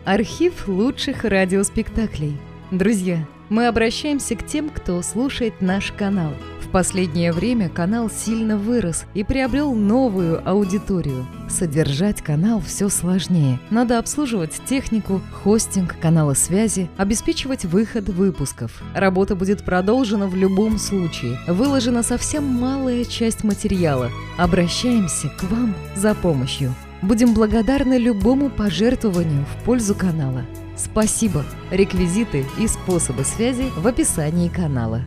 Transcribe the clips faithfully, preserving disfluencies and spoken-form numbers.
Архив лучших радиоспектаклей. Друзья, мы обращаемся к тем, кто слушает наш канал. В последнее время канал сильно вырос и приобрел новую аудиторию. Содержать канал все сложнее. Надо обслуживать технику, хостинг, каналы связи, обеспечивать выход выпусков. Работа будет продолжена в любом случае. Выложена совсем малая часть материала. Обращаемся к вам за помощью. Будем благодарны любому пожертвованию в пользу канала. Спасибо! Реквизиты и способы связи в описании канала.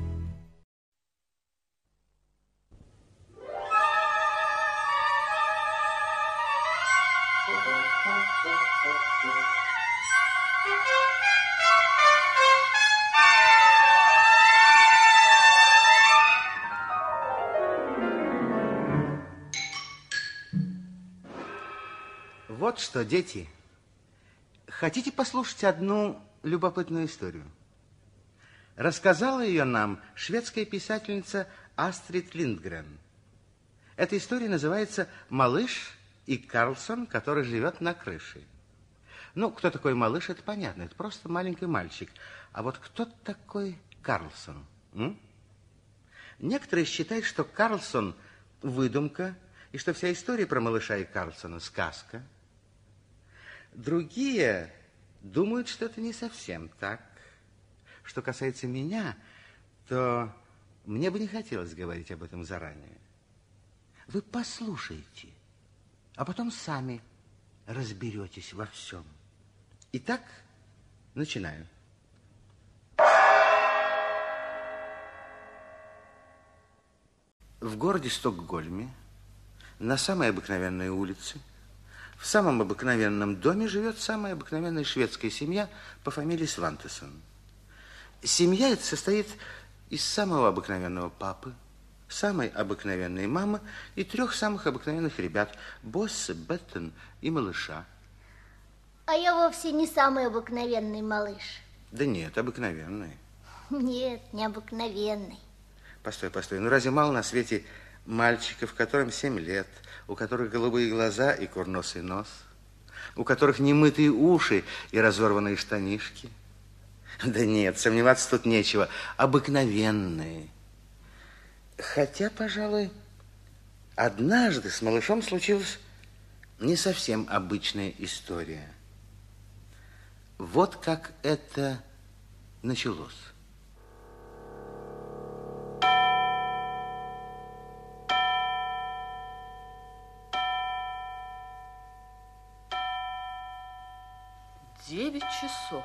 Вот что, дети, хотите послушать одну любопытную историю? Рассказала ее нам шведская писательница Астрид Линдгрен. Эта история называется «Малыш и Карлсон, который живет на крыше». Ну, кто такой малыш, это понятно, это просто маленький мальчик. А вот кто такой Карлсон? М? Некоторые считают, что Карлсон – выдумка, и что вся история про малыша и Карлсона – сказка. Другие думают, что это не совсем так. Что касается меня, то мне бы не хотелось говорить об этом заранее. Вы послушайте, а потом сами разберетесь во всем. Итак, начинаю. В городе Стокгольме, на самой обыкновенной улице, в самом обыкновенном доме живет самая обыкновенная шведская семья по фамилии Свантессон. Семья эта состоит из самого обыкновенного папы, самой обыкновенной мамы и трех самых обыкновенных ребят – Боссе, Беттен и малыша. А я вовсе не самый обыкновенный малыш. Да нет, обыкновенный. Нет, не обыкновенный. Постой, постой, ну разве мало на свете мальчиков, которым семь лет, у которых голубые глаза и курносый нос, у которых немытые уши и разорванные штанишки? Да нет, сомневаться тут нечего. Обыкновенные. Хотя, пожалуй, однажды с малышом случилась не совсем обычная история. Вот как это началось. Девять часов.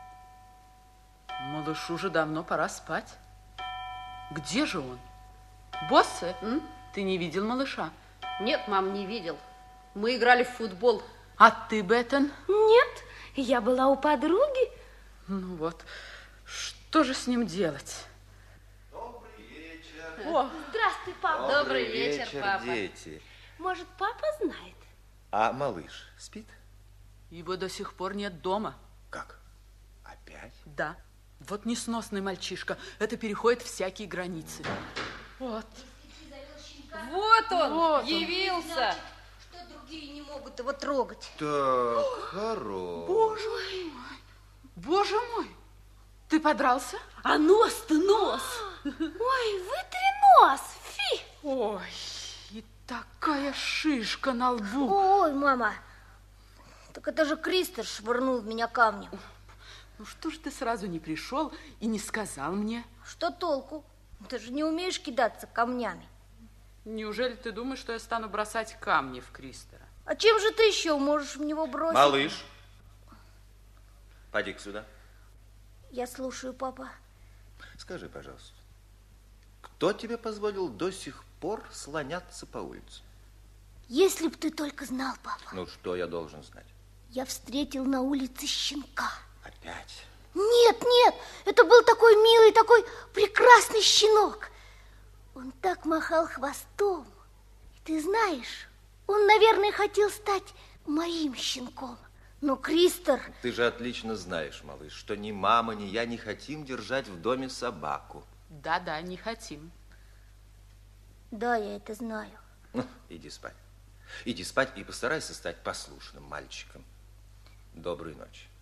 Малышу уже давно пора спать. Где же он? Боссе, М? ты не видел малыша? Нет, мам, не видел. Мы играли в футбол. А ты, Беттен? Нет, я была у подруги. Ну вот, что же с ним делать? Добрый вечер. О, Здравствуй, папа. Добрый вечер, папа. дети. Может, папа знает? А малыш спит? его до сих пор нет дома. Как? Опять? Да, вот несносный мальчишка. Это переходит всякие границы. Вот. Вот он, Вот он. явился. Что другие не могут его трогать? Так, хорош. Боже мой, боже мой, ты подрался? А нос-то нос. Ой, вытри нос, фи! Ой, и такая шишка на лбу. Ой, мама, так это же Кристер швырнул в меня камнем. Ну что ж ты сразу не пришел и не сказал мне? Что толку? Ты же не умеешь кидаться камнями. Неужели ты думаешь, что я стану бросать камни в Кристера? А чем же ты еще можешь в него бросить? Малыш, поди-ка сюда. Я слушаю, папа. Скажи, пожалуйста, кто тебе позволил до сих пор слоняться по улице? Если б ты только знал, папа. Ну, что я должен знать? Я встретил на улице щенка. Опять? Нет, нет, это был такой милый, такой прекрасный щенок. Он так махал хвостом. И ты знаешь, он, наверное, хотел стать моим щенком. Но Кристер... Ты же отлично знаешь, малыш, что ни мама, ни я не хотим держать в доме собаку. Да-да, не хотим. Да, я это знаю. Ну, иди спать. Иди спать и постарайся стать послушным мальчиком. Доброй ночи.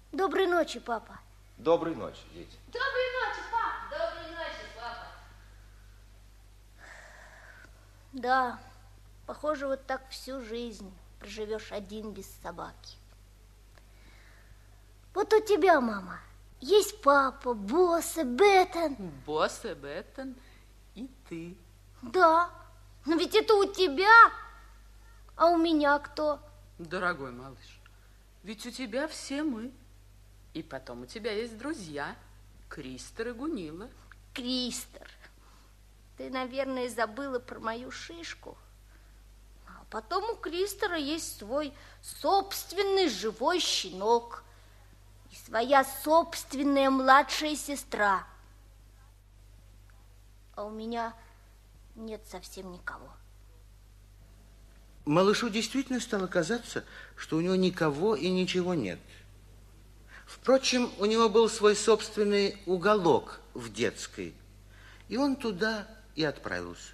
Доброй ночи, папа. Доброй ночи, дети. Доброй ночи, папа. Доброй ночи, папа. Да, похоже, вот так всю жизнь проживешь один без собаки. Вот у тебя, мама, есть папа, Босс и Беттон. Босс и Беттон и ты. Да, но ведь это у тебя, а у меня кто? Дорогой малыш, ведь у тебя все мы. И потом у тебя есть друзья, Кристер и Гунила. Кристер, ты, наверное, забыла про мою шишку. А потом у Кристера есть свой собственный живой щенок и своя собственная младшая сестра. А у меня нет совсем никого. Малышу действительно стало казаться, что у него никого и ничего нет. Впрочем, у него был свой собственный уголок в детской, и он туда и отправился.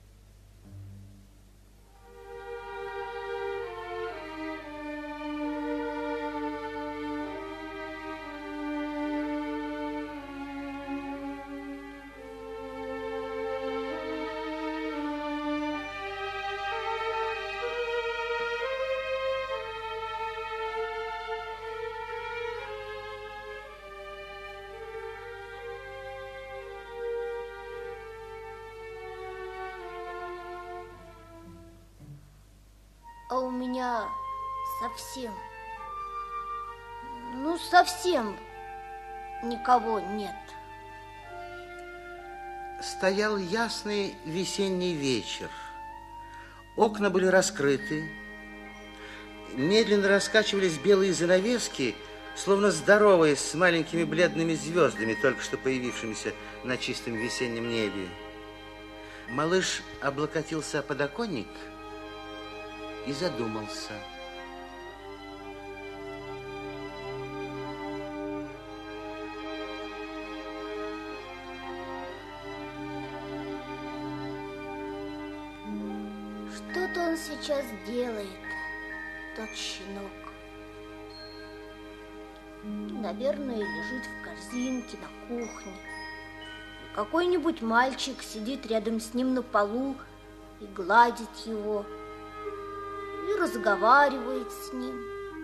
А у меня совсем, ну совсем никого нет. Стоял ясный весенний вечер. Окна были раскрыты. Медленно раскачивались белые занавески, словно здоровые, с маленькими бледными звездами, только что появившимися на чистом весеннем небе. Малыш облокотился о подоконник и задумался. Что-то он сейчас делает, тот щенок. Наверное, лежит в корзинке на кухне. И какой-нибудь мальчик сидит рядом с ним на полу и гладит его, и разговаривает с ним.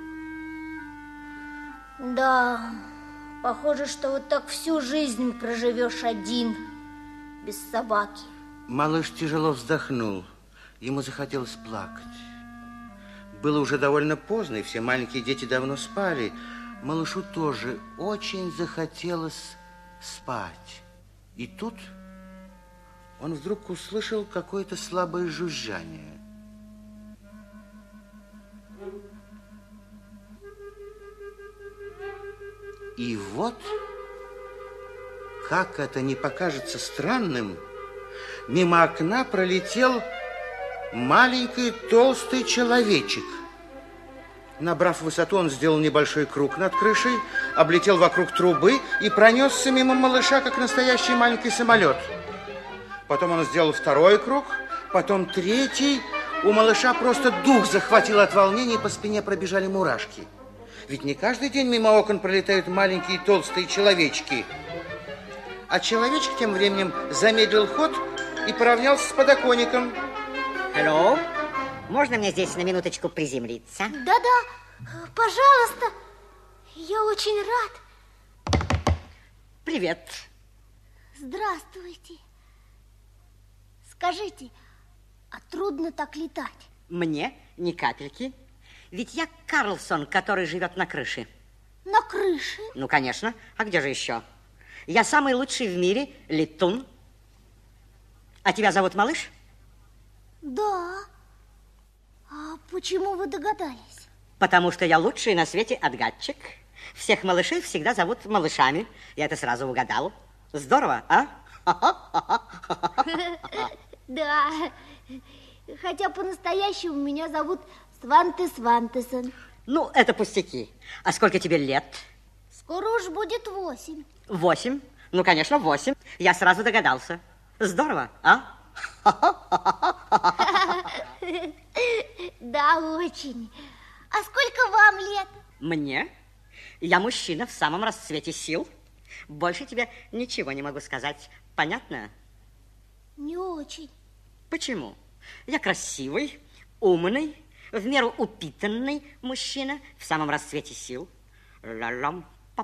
Да, похоже, что вот так всю жизнь проживешь один, без собаки. Малыш тяжело вздохнул. Ему захотелось плакать. Было уже довольно поздно, и все маленькие дети давно спали. Малышу тоже очень захотелось спать. И тут он вдруг услышал какое-то слабое жужжание. И вот, как это не покажется странным, мимо окна пролетел маленький толстый человечек. Набрав высоту, он сделал небольшой круг над крышей, облетел вокруг трубы и пронесся мимо малыша, как настоящий маленький самолет. Потом он сделал второй круг, потом третий. У малыша просто дух захватил от волнения, и по спине пробежали мурашки. Ведь не каждый день мимо окон пролетают маленькие толстые человечки. А человечек тем временем замедлил ход и поравнялся с подоконником. Алло, можно мне здесь на минуточку приземлиться? Да-да, пожалуйста, я очень рад. Привет. Здравствуйте. Скажите, а трудно так летать? Мне ни капельки. Ведь я Карлсон, который живет на крыше. На крыше? Ну, конечно. А где же еще? Я самый лучший в мире летун. А тебя зовут малыш? Да. А почему вы догадались? Потому что я лучший на свете отгадчик. Всех малышей всегда зовут малышами. Я это сразу угадал. Здорово, а? Да. Хотя по-настоящему меня зовут Сванте Свантесон. Ну, это пустяки. А сколько тебе лет? Скоро уж будет восемь. Восемь? Ну, конечно, восемь. Я сразу догадался. Здорово, а? Да, очень. А сколько вам лет? Мне? Я мужчина в самом расцвете сил. Больше тебе ничего не могу сказать. Понятно? Не очень. Почему? Я красивый, умный, в меру упитанный мужчина в самом расцвете сил. Ла-лам,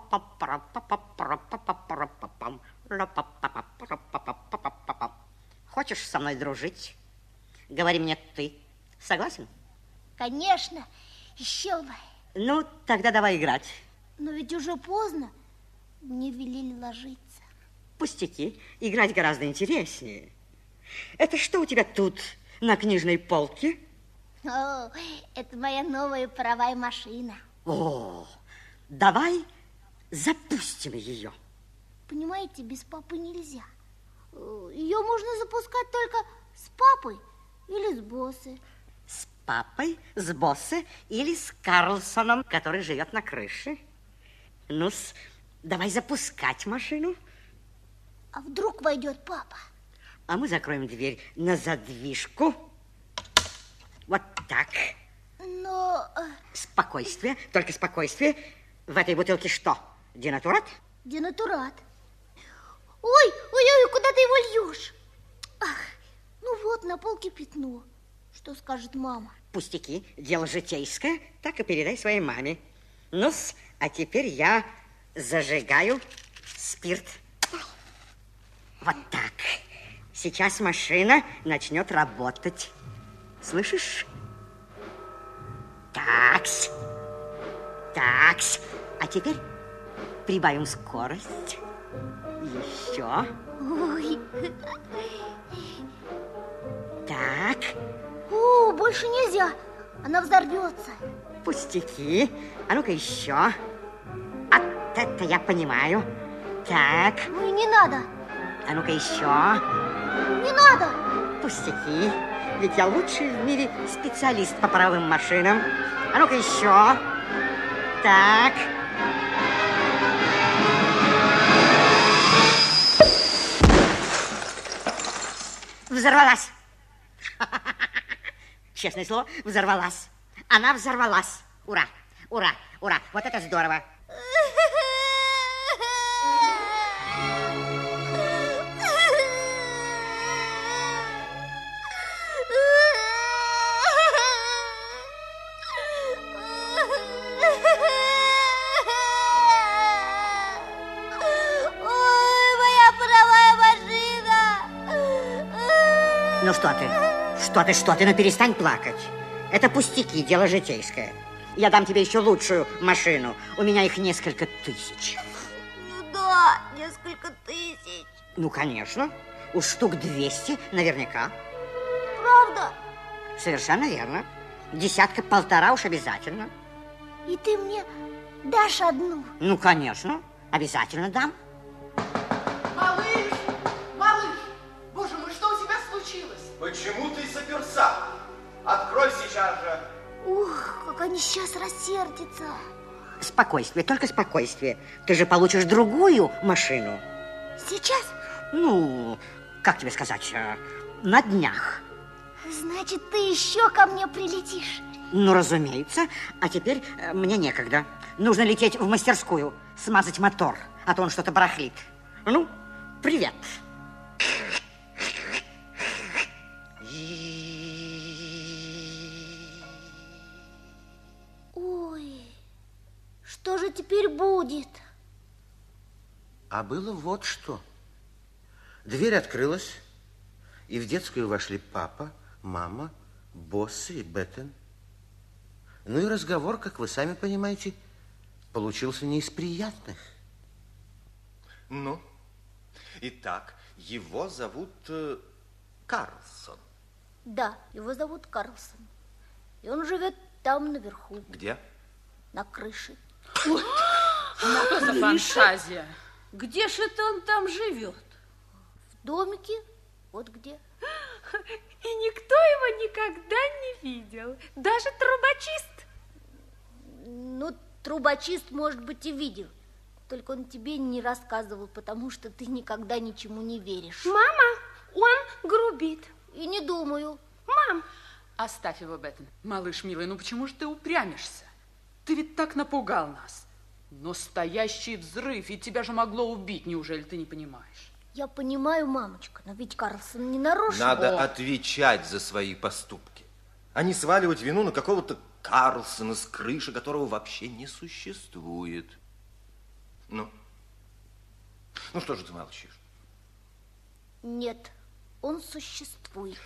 па-па-пара-па-па-пара-па-па-пара-па-пам, ла-па-па-па-пара-па-па-па-па-пам. Хочешь со мной дружить? Говори мне ты. Согласен? Конечно, еще бы. Ну, тогда давай играть. Но ведь уже поздно. Мне велели ложиться. Пустяки. Играть гораздо интереснее. Это что у тебя тут на книжной полке? О, это моя новая паровая машина. О, давай запустим ее. Понимаете, без папы нельзя. Ее можно запускать только с папой или с Боссе. С папой, с Боссе или с Карлсоном, который живет на крыше. Ну-с, давай запускать машину. А вдруг войдет папа? А мы закроем дверь на задвижку. Вот так. Но... Спокойствие, только спокойствие. В этой бутылке что? Денатурат? Денатурат. Ой, ой-ой, куда ты его льешь? Ах, ну вот, на полке пятно. Что скажет мама? Пустяки, дело житейское, так и передай своей маме. Ну-с, а теперь я зажигаю спирт. Вот так. Сейчас машина начнет работать. Слышишь? Такс. Такс. А теперь прибавим скорость. Еще. Ой. Так. О, больше нельзя. Она взорвется. Пустяки. А ну-ка еще. Вот это я понимаю. Так. Ну и не надо. А ну-ка еще. Не надо. Пустяки. Ведь я лучший в мире специалист по паровым машинам. А ну-ка еще. Так. Взорвалась. Честное слово, взорвалась. Она взорвалась. Ура, ура, ура. Вот это здорово. Ну что ты? Что ты, что ты? Ну перестань плакать. Это пустяки, дело житейское. Я дам тебе еще лучшую машину. У меня их несколько тысяч. Ну да, несколько тысяч. Ну, конечно. Уж штук двести наверняка. Правда? Совершенно верно. Десятка-полтора уж обязательно. И ты мне дашь одну? Ну, конечно. Обязательно дам. Малыш! Малыш! Боже мой, что у тебя случилось? Почему ты заперся? Открой сейчас же. Ух, как они сейчас рассердятся. Спокойствие, только спокойствие. Ты же получишь другую машину. Сейчас? Ну, как тебе сказать, на днях. Значит, ты еще ко мне прилетишь? Ну, разумеется. А теперь мне некогда. Нужно лететь в мастерскую, смазать мотор, а то он что-то барахлит. Ну, привет. Ой, что же теперь будет? А было вот что. Дверь открылась, и в детскую вошли папа, мама, Боссе и Беттен. Ну и разговор, как вы сами понимаете, получился не из приятных. Ну, итак, его зовут э, Карлсон. Да, его зовут Карлсон. И он живет там наверху. Где? На крыше. Что за фантазия? Где же это он там живет? В домике, вот где. И никто его никогда не видел. Даже трубочист. Ну, трубочист, может быть, и видел. Только он тебе не рассказывал, потому что ты никогда ничему не веришь. Мама, он грубит. И не думаю. Мам. Оставь его, Беттен. Малыш, милый, ну почему же ты упрямишься? Ты ведь так напугал нас. Настоящий взрыв, и тебя же могло убить, неужели ты не понимаешь? Я понимаю, мамочка, но ведь Карлсон не нарочно. Надо О. отвечать за свои поступки, а не сваливать вину на какого-то Карлсона, с крыши которого вообще не существует. Ну, ну что же ты молчишь? Нет, он существует.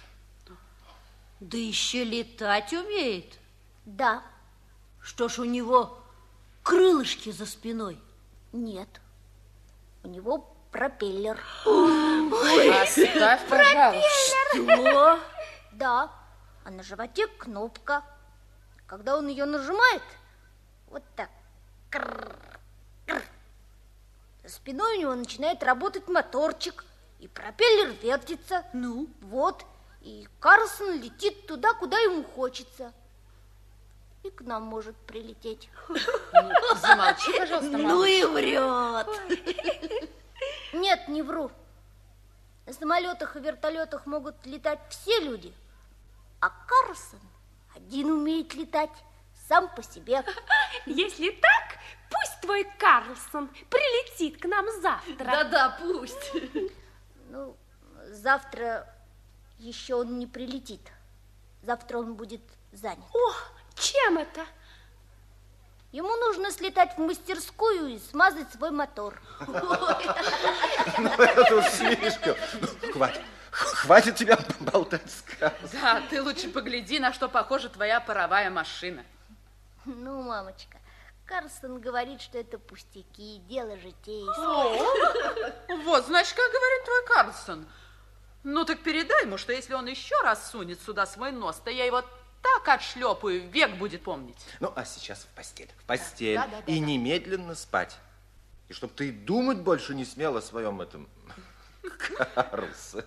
Да еще летать умеет. Да. Что ж у него крылышки за спиной? Нет. У него пропеллер. Оставь, пожалуйста. Что? Да. А на животе кнопка. Когда он ее нажимает, вот так. Крррр, крррр. За спиной у него начинает работать моторчик, и пропеллер вертится. Ну? Вот. И Карлсон летит туда, куда ему хочется. И к нам может прилететь. Ну, замолчи, пожалуйста, мама. Ну и врет. Нет, не вру. На самолетах и вертолетах могут летать все люди, а Карлсон один умеет летать сам по себе. Если так, пусть твой Карлсон прилетит к нам завтра. Да-да, пусть. Ну, завтра еще он не прилетит. Завтра он будет занят. О, чем это? Ему нужно слетать в мастерскую и смазать свой мотор. Ну, это уж слишком. Ну, хватит. Хватит тебя болтать сказки. Да, ты лучше погляди, на что похожа твоя паровая машина. Ну, мамочка, Карлсон говорит, что это пустяки, дело житейское. Вот, значит, как говорит твой Карлсон. Ну, так передай ему, что если он еще раз сунет сюда свой нос, то я его так отшлепаю, век будет помнить. Ну, а сейчас в постель. В постель. Да, да, да, и да. немедленно спать. И чтоб ты думать больше не смел о своем этом Карлсоне.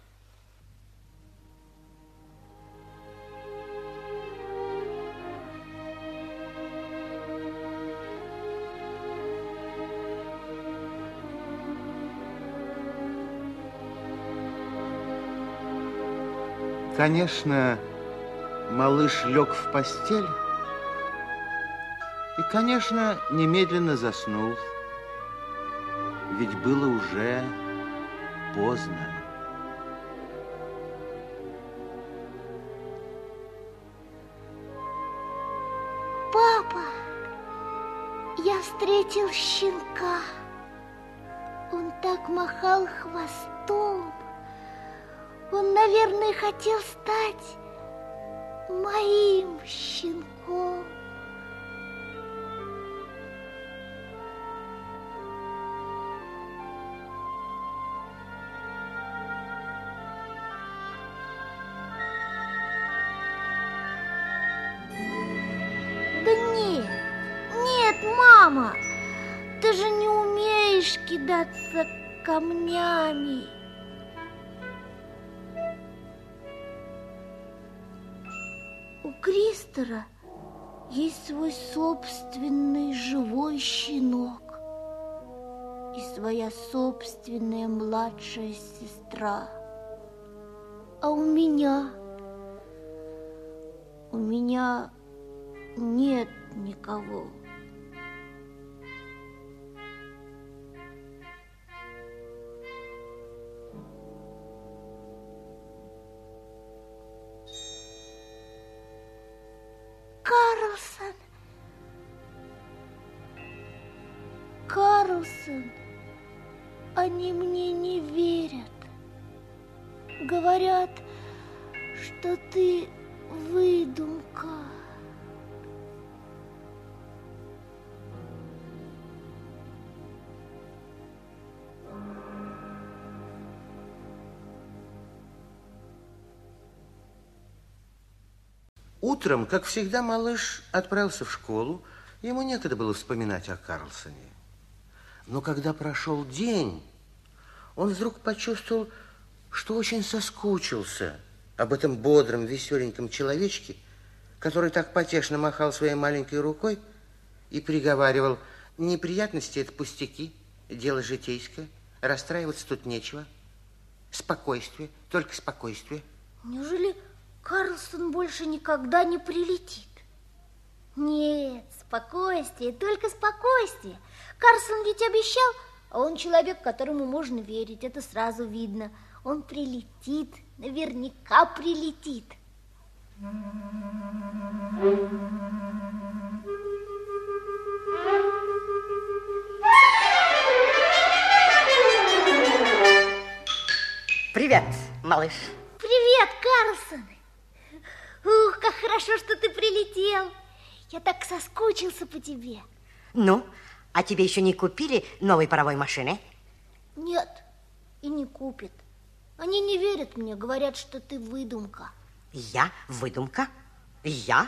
Конечно, малыш лег в постель и, конечно, немедленно заснул, ведь было уже поздно. Папа, я встретил щенка. Он так махал хвостом. Он, наверное, хотел стать моим щенком. Да нет, нет, мама, ты же не умеешь кидаться камнями. У Кристера есть свой собственный живой щенок и своя собственная младшая сестра. А у меня, у меня нет никого. Карлсон, Карлсон, они мне не верят. Говорят, что ты выдумка. Утром, как всегда, малыш отправился в школу. Ему некогда было вспоминать о Карлсоне. Но когда прошел день, он вдруг почувствовал, что очень соскучился об этом бодром, веселеньком человечке, который так потешно махал своей маленькой рукой и приговаривал: неприятности – это пустяки, дело житейское, расстраиваться тут нечего. Спокойствие, только спокойствие. Неужели Карлсон больше никогда не прилетит? Нет, Спокойствие, только спокойствие. Карлсон ведь обещал, а он человек, которому можно верить, это сразу видно. Он прилетит, наверняка прилетит. Привет, малыш. Привет, Карлсон. Ух, как хорошо, что ты прилетел. Я так соскучился по тебе. Ну, а тебе еще не купили новой паровой машины? Нет, и не купят. Они не верят мне, говорят, что ты выдумка. Я выдумка? Я?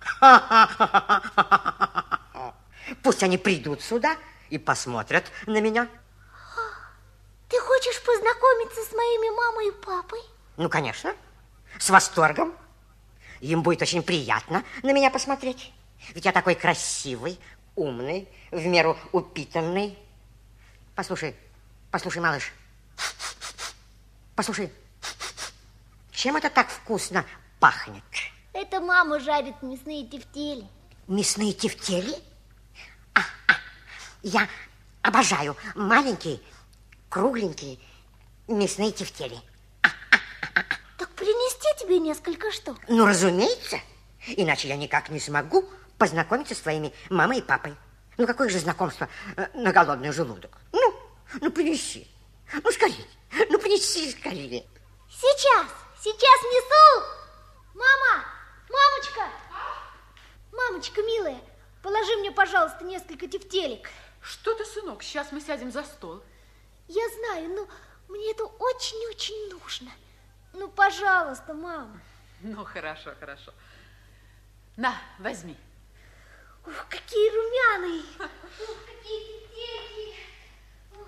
Пусть они придут сюда и посмотрят на меня. Ты хочешь познакомиться с моими мамой и папой? Ну, конечно, с восторгом. Им будет очень приятно на меня посмотреть. Ведь я такой красивый, умный, в меру упитанный. Послушай, послушай, малыш. Послушай, чем это так вкусно пахнет? Это мама жарит мясные тефтели. Мясные тефтели? А, а, я обожаю маленькие, кругленькие мясные тефтели. Так принести тебе несколько штук? Ну, разумеется. Иначе я никак не смогу познакомиться с твоими мамой и папой. Ну, какое же знакомство на голодный желудок? Ну, ну, принеси. Ну, скорее. Ну, принеси скорее. Сейчас, сейчас несу. Мама, мамочка. Мамочка, милая, положи мне, пожалуйста, несколько тефтелек. Что ты, сынок, сейчас мы сядем за стол. Я знаю, но мне это очень-очень нужно. Ну, пожалуйста, мама. Ну, хорошо, хорошо. На, возьми. Ух, какие румяные. Ух, какие тефтельки. Ух.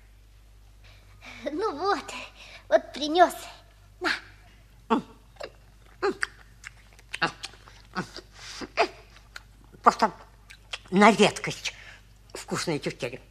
Ну вот, вот принес. На. Просто на редкость вкусные тефтели.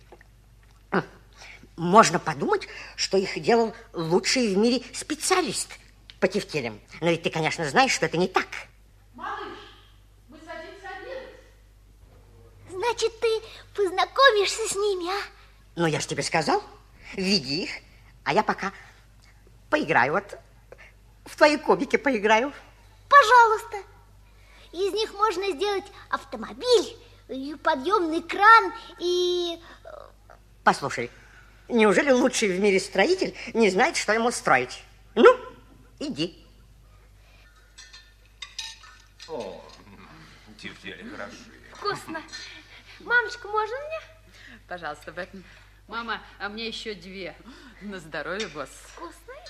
Можно подумать, что их делал лучший в мире специалист по тефтелям. Но ведь ты, конечно, знаешь, что это не так. Малыш, мы садимся обедать. Значит, ты познакомишься с ними, а? Ну, я же тебе сказал, веди их, а я пока поиграю, вот в твои кубики поиграю. Пожалуйста. Из них можно сделать автомобиль, и подъемный кран, и... Послушай, неужели лучший в мире строитель не знает, что ему строить? Ну, иди. О, тефтели хороши. Вкусно. Мамочка, можно мне? Пожалуйста, Бекон. Мама, а мне еще две. На здоровье, босс. Вкусные?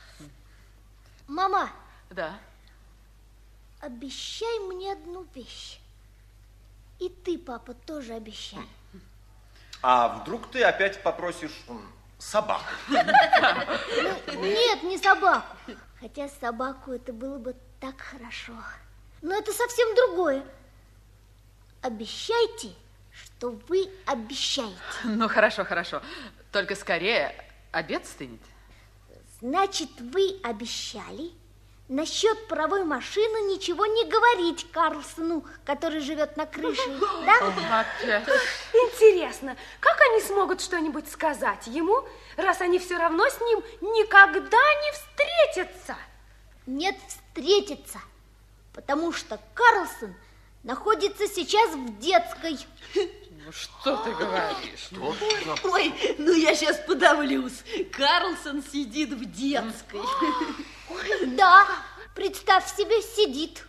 Мама, Да. обещай мне одну вещь. И ты, папа, тоже обещай. А вдруг ты опять попросишь м, собаку? Ну, нет, не собаку. Хотя собаку это было бы так хорошо. Но это совсем другое. Обещайте, что вы обещаете. Ну, хорошо, хорошо. Только скорее обед стынет. Значит, вы обещали насчет паровой машины ничего не говорить Карлсону, который живет на крыше, да? Опять. Интересно, как они смогут что-нибудь сказать ему, раз они все равно с ним никогда не встретятся? Нет, встретиться, потому что Карлсон находится сейчас в детской. Ну, что ты говоришь? Ой, ну я сейчас подавлюсь. Карлсон сидит в детской. Ой, да, представь себе, сидит.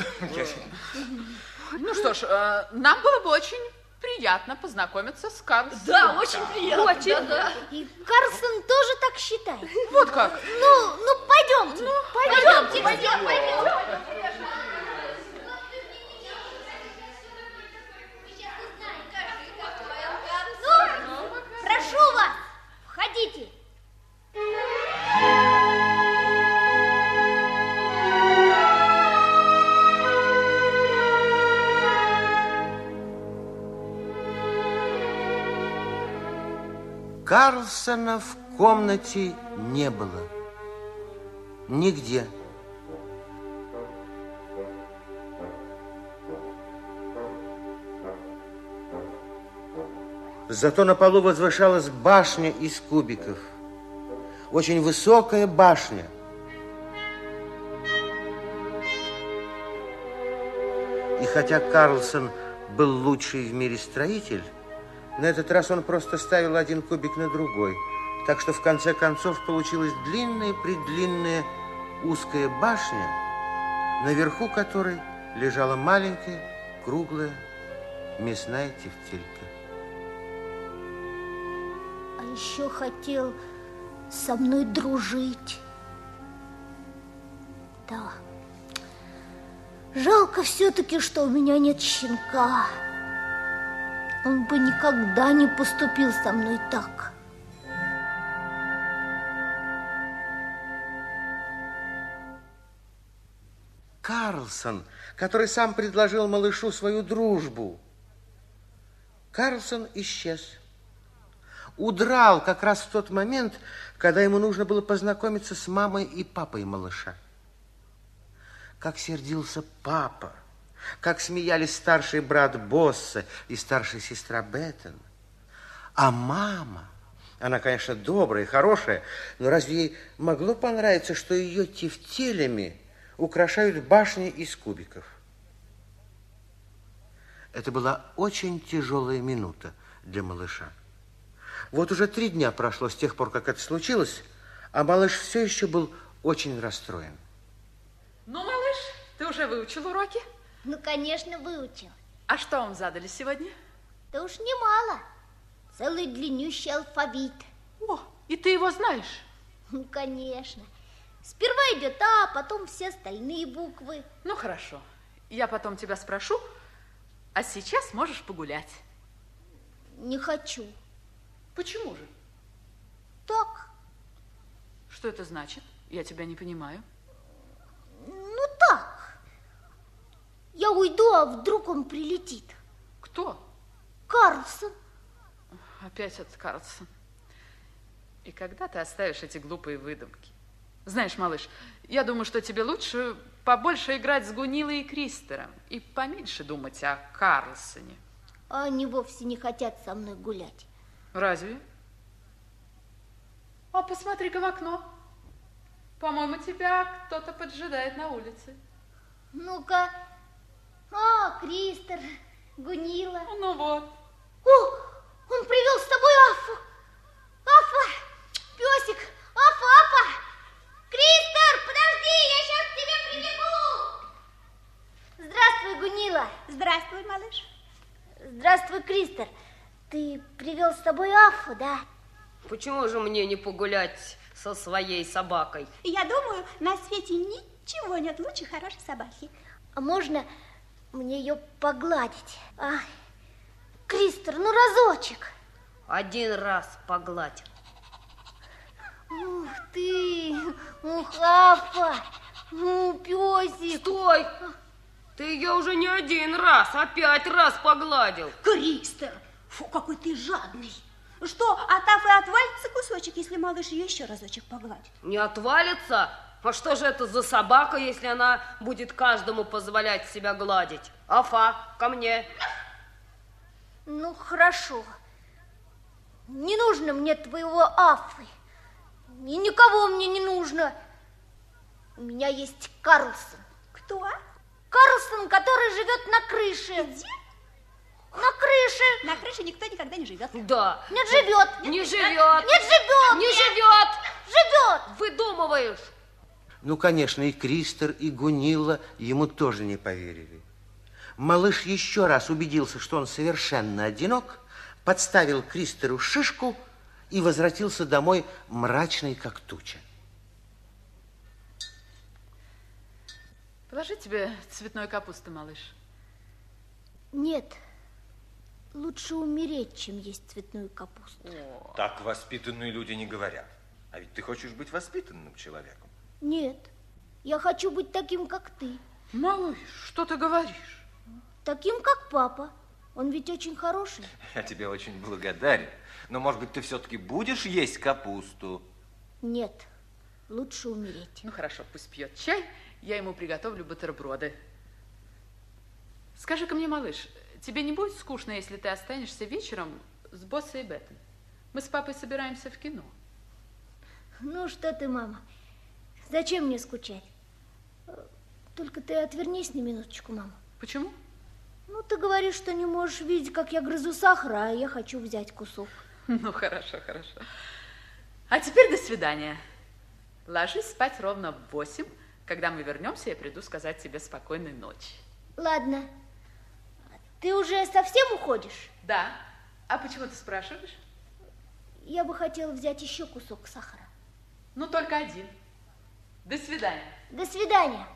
Ну что ж, э, нам было бы очень приятно познакомиться с Карлсоном. Да, очень приятно. Очень. Да-да. И Карлсон тоже так считает. Вот как? Ну, ну пойдемте, пойдемте, Пойдем, пойдем. Ну, прошу вас, входите. Карлсона в комнате не было. Нигде. Зато на полу возвышалась башня из кубиков. Очень высокая башня. И хотя Карлсон был лучший в мире строитель, на этот раз он просто ставил один кубик на другой. Так что в конце концов получилась длинная-предлинная узкая башня, наверху которой лежала маленькая, круглая мясная тефтелька. А еще хотел со мной дружить. Да. Жалко все-таки, что у меня нет щенка. Он бы никогда не поступил со мной так. Карлсон, который сам предложил малышу свою дружбу. Карлсон исчез. Удрал как раз в тот момент, когда ему нужно было познакомиться с мамой и папой малыша. Как сердился папа, как смеялись старший брат Боссе и старшая сестра Беттен. А мама, она, конечно, добрая и хорошая, но разве ей могло понравиться, что ее тефтелями украшают башни из кубиков? Это была очень тяжелая минута для малыша. Вот уже три дня прошло с тех пор, как это случилось, а малыш все еще был очень расстроен. Ну, малыш, ты уже выучил уроки? Ну, конечно, выучил. А что вам задали сегодня? Да уж немало. Целый длиннющий алфавит. О, и ты его знаешь? Ну, конечно. Сперва идет А, потом все остальные буквы. Ну, хорошо. Я потом тебя спрошу, а сейчас можешь погулять. Не хочу. Почему же? Так. Что это значит? Я тебя не понимаю. Ну, так. Я уйду, а вдруг он прилетит. Кто? Карлсон. Опять этот Карлсон. И когда ты оставишь эти глупые выдумки? Знаешь, малыш, я думаю, что тебе лучше побольше играть с Гунилой и Кристером и поменьше думать о Карлсоне. А они вовсе не хотят со мной гулять. Разве? А посмотри-ка в окно. По-моему, тебя кто-то поджидает на улице. Ну-ка. А, Кристер, Гунила. Ну вот. О, он привел с собой Афу. Афа, песик, Афа, Афа. Кристер, подожди, я сейчас к тебе прибегу. Здравствуй, Гунила. Здравствуй, малыш. Здравствуй, Кристер. Ты привел с собой Афу, да? Почему же мне не погулять со своей собакой? Я думаю, на свете ничего нет лучше хорошей собаки. А можно мне ее погладить? А, Кристер, ну разочек. Один раз погладь. Ух ты, ух, Афа, ну, песик. Стой! Ты ее уже не один раз, а пять раз погладил. Кристер, фу, какой ты жадный. Что, от Афы отвалится кусочек, если малыш ее еще разочек погладит? Не отвалится? А что же это за собака, если она будет каждому позволять себя гладить? Афа, ко мне. Ну, хорошо. Не нужно мне твоего Афы. И никого мне не нужно. У меня есть Карлсон. Кто? Карлсон, который живет на крыше. Где? На крыше. На крыше никто никогда не живет. Да. Нет, живет. Не живет. Нет, живет. Не живет. Живет. Выдумываешь. Ну, конечно, и Кристер, и Гунилла ему тоже не поверили. Малыш еще раз убедился, что он совершенно одинок, подставил Кристеру шишку и возвратился домой мрачный, как туча. Положи тебе цветной капусты, малыш. Нет. Лучше умереть, чем есть цветную капусту. О. Так воспитанные люди не говорят. А ведь ты хочешь быть воспитанным человеком. Нет. Я хочу быть таким, как ты. Малыш, что ты говоришь? Таким, как папа. Он ведь очень хороший. Я тебе очень благодарен. Но, может быть, ты все-таки будешь есть капусту? Нет. Лучше умереть. Ну, хорошо, пусть пьет чай. Я ему приготовлю бутерброды. Скажи-ка мне, малыш, тебе не будет скучно, если ты останешься вечером с Боссой и Беттом. Мы с папой собираемся в кино. Ну что ты, мама, зачем мне скучать? Только ты отвернись на минуточку, мама. Почему? Ну, ты говоришь, что не можешь видеть, как я грызу сахар, а я хочу взять кусок. Ну, хорошо, хорошо. А теперь до свидания. Ложись спать ровно в восемь. Когда мы вернемся, я приду сказать тебе спокойной ночи. Ладно. Ты уже совсем уходишь? Да. А почему ты спрашиваешь? Я бы хотела взять еще кусок сахара. Ну, только один. До свидания. До свидания.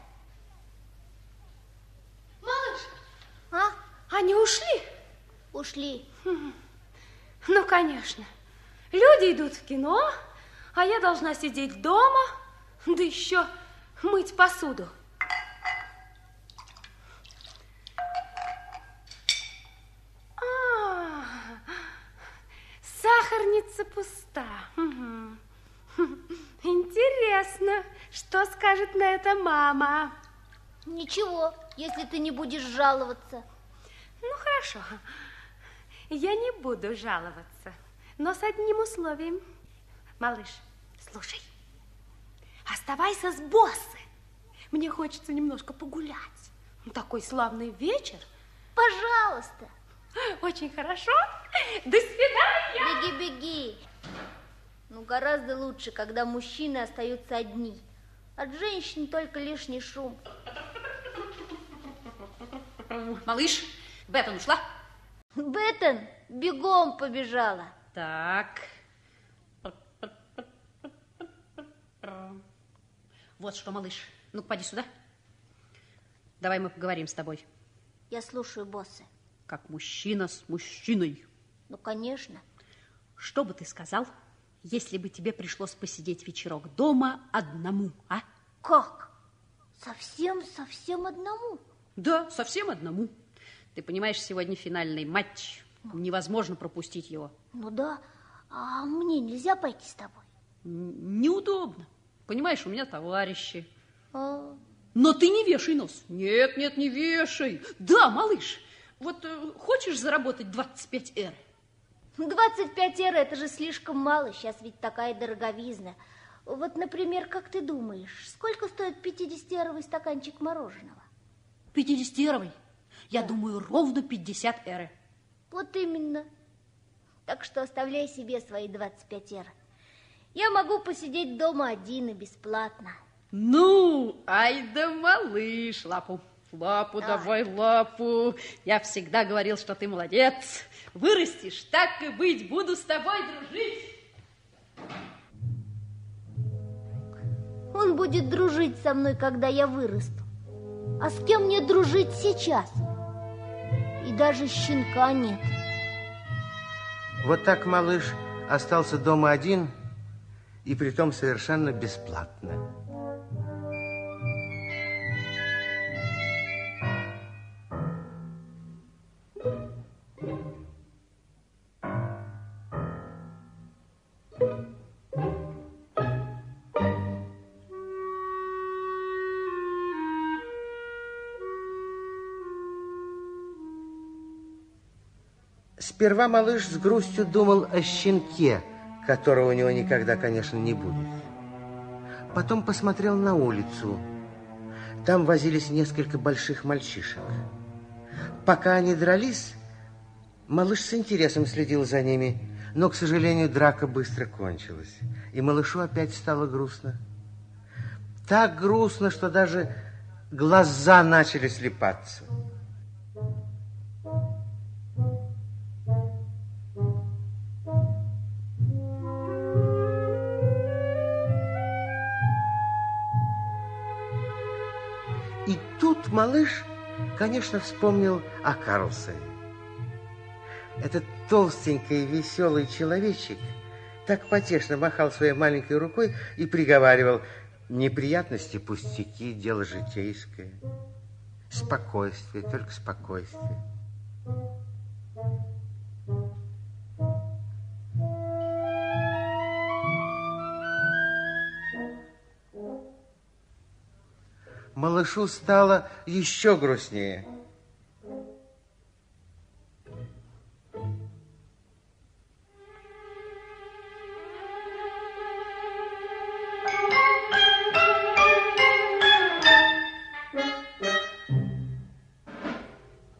Малыш, а? Они ушли? Ушли. Ну, конечно. Люди идут в кино, а я должна сидеть дома, да еще мыть посуду. А, сахарница пуста. Интересно, что скажет на это мама? Ничего, если ты не будешь жаловаться. Ну, хорошо. Я не буду жаловаться, но с одним условием. Малыш, слушай, оставайся с Боссой. Мне хочется немножко погулять. Такой славный вечер. Пожалуйста. Очень хорошо. До свидания. Беги, беги. Ну, гораздо лучше, когда мужчины остаются одни. От женщин только лишний шум. Малыш, Беттон ушла? Беттон бегом побежала. Так. Вот что, малыш. Ну-ка, поди сюда. Давай мы поговорим с тобой. Я слушаю, Босса. Как мужчина с мужчиной. Ну, конечно. Что бы ты сказал, если бы тебе пришлось посидеть вечерок дома одному, а? Как? Совсем-совсем одному? Да, совсем одному. Ты понимаешь, сегодня финальный матч. Невозможно пропустить его. Ну да. А мне нельзя пойти с тобой? Неудобно. Понимаешь, у меня товарищи. А... Но ты не вешай нос. Нет, нет, не вешай. Да, малыш, вот э, хочешь заработать двадцать пять эр? двадцать пять эр, это же слишком мало. Сейчас ведь такая дороговизна. Вот, например, как ты думаешь, сколько стоит пятидесятиэровый стаканчик мороженого? пятидесятиэровый? Я да. думаю, ровно пятьдесят эр. Вот именно. Так что оставляй себе свои двадцать пять эр. Я могу посидеть дома один и бесплатно. Ну, ай да малыш, лапу. Лапу, давай, давай лапу. Я всегда говорил, что ты молодец. Вырастешь, так и быть, буду с тобой дружить. Он будет дружить со мной, когда я вырасту. А с кем мне дружить сейчас? И даже щенка нет. Вот так малыш остался дома один, и притом совершенно бесплатно. Сперва малыш с грустью думал о щенке, которого у него никогда, конечно, не будет. Потом посмотрел на улицу. Там возились несколько больших мальчишек. Пока они дрались, малыш с интересом следил за ними, но, к сожалению, драка быстро кончилась, и малышу опять стало грустно. Так грустно, что даже глаза начали слепаться. И тут малыш, конечно, вспомнил о Карлсоне. Этот толстенький веселый человечек так потешно махал своей маленькой рукой и приговаривал: неприятности, пустяки, дело житейское. Спокойствие, только спокойствие. Малышу стало еще грустнее.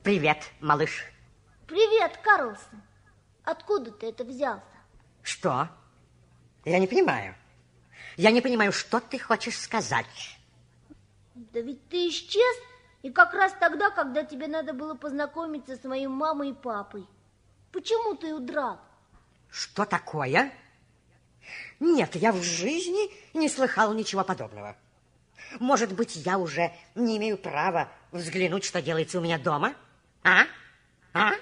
Привет, малыш. Привет, Карлсон. Откуда ты это взялся? Что? Я не понимаю. Я не понимаю, что ты хочешь сказать. Да ведь ты исчез, и как раз тогда, когда тебе надо было познакомиться с моей мамой и папой. Почему ты удрал? Что такое? Нет, я в жизни не слыхал ничего подобного. Может быть, я уже не имею права взглянуть, что делается у меня дома? А? А?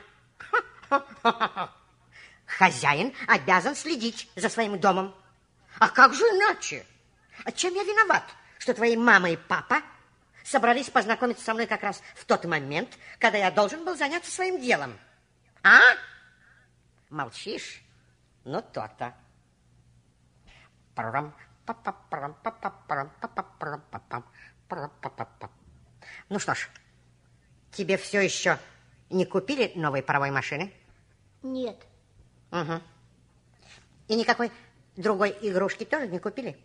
Хозяин обязан следить за своим домом. А как же иначе? А чем я виноват, что твои мама и папа собрались познакомиться со мной как раз в тот момент, когда я должен был заняться своим делом? А? Молчишь? Ну, то-то. Ну что ж, тебе все еще не купили новой паровой машины? Нет. Угу. И никакой другой игрушки тоже не купили?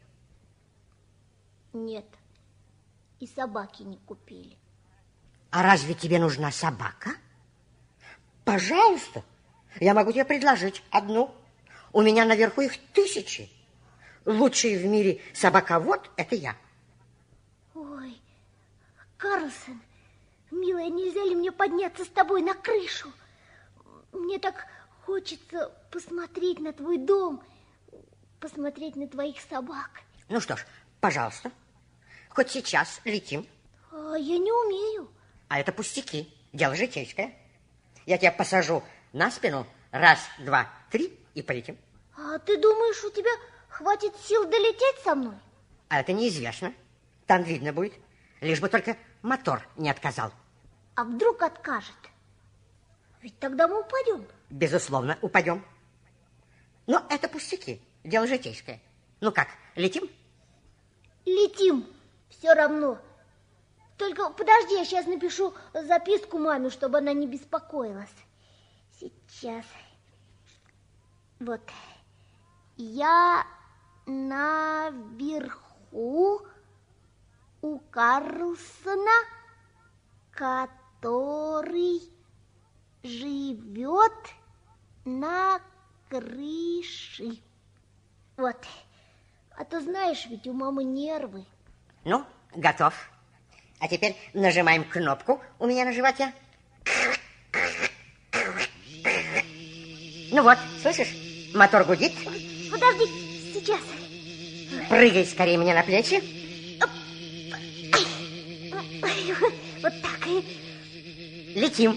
Нет. И собаки не купили. А разве тебе нужна собака? Пожалуйста, я могу тебе предложить одну. У меня наверху их тысячи. Лучший в мире собаковод – это я. Ой, Карлсон, милая, нельзя ли мне подняться с тобой на крышу? Мне так хочется посмотреть на твой дом, посмотреть на твоих собак. Ну что ж, пожалуйста, хоть сейчас летим. А я не умею. А это пустяки, дело житейское. Я тебя посажу на спину, раз, два, три, и полетим. А ты думаешь, у тебя хватит сил долететь со мной? А это неизвестно. Там видно будет, лишь бы только мотор не отказал. А вдруг откажет? Ведь тогда мы упадем. Безусловно, упадем. Но это пустяки, дело житейское. Ну как, летим? Летим, все равно. Только подожди, я сейчас напишу записку маме, чтобы она не беспокоилась. Сейчас. Вот. Я наверху у Карлсона, который живет на крыше. Вот. А то знаешь, ведь у мамы нервы. Ну, готов. А теперь нажимаем кнопку у меня на животе. Ну вот, слышишь? Мотор гудит. Подожди, сейчас. Прыгай скорее мне на плечи. Вот так и... Летим.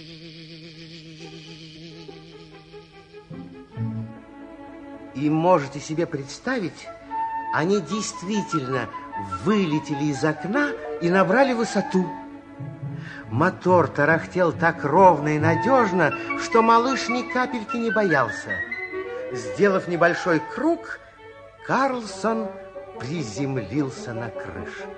И можете себе представить, они действительно вылетели из окна и набрали высоту. Мотор тарахтел так ровно и надежно, что малыш ни капельки не боялся. Сделав небольшой круг, Карлсон приземлился на крышу.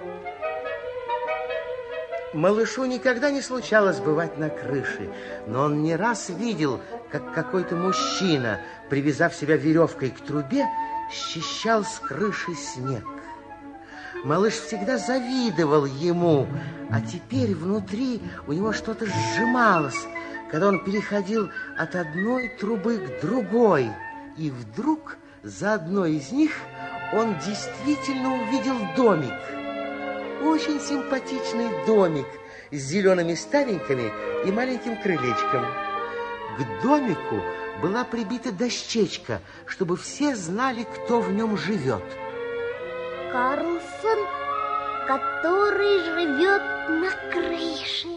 Малышу никогда не случалось бывать на крыше, но он не раз видел, как какой-то мужчина, привязав себя веревкой к трубе, счищал с крыши снег. Малыш всегда завидовал ему, а теперь внутри у него что-то сжималось, когда он переходил от одной трубы к другой. И вдруг за одной из них он действительно увидел домик. Очень симпатичный домик с зелеными ставеньками и маленьким крылечком. К домику была прибита дощечка, чтобы все знали, кто в нем живет. Карлсон, который живет на крыше.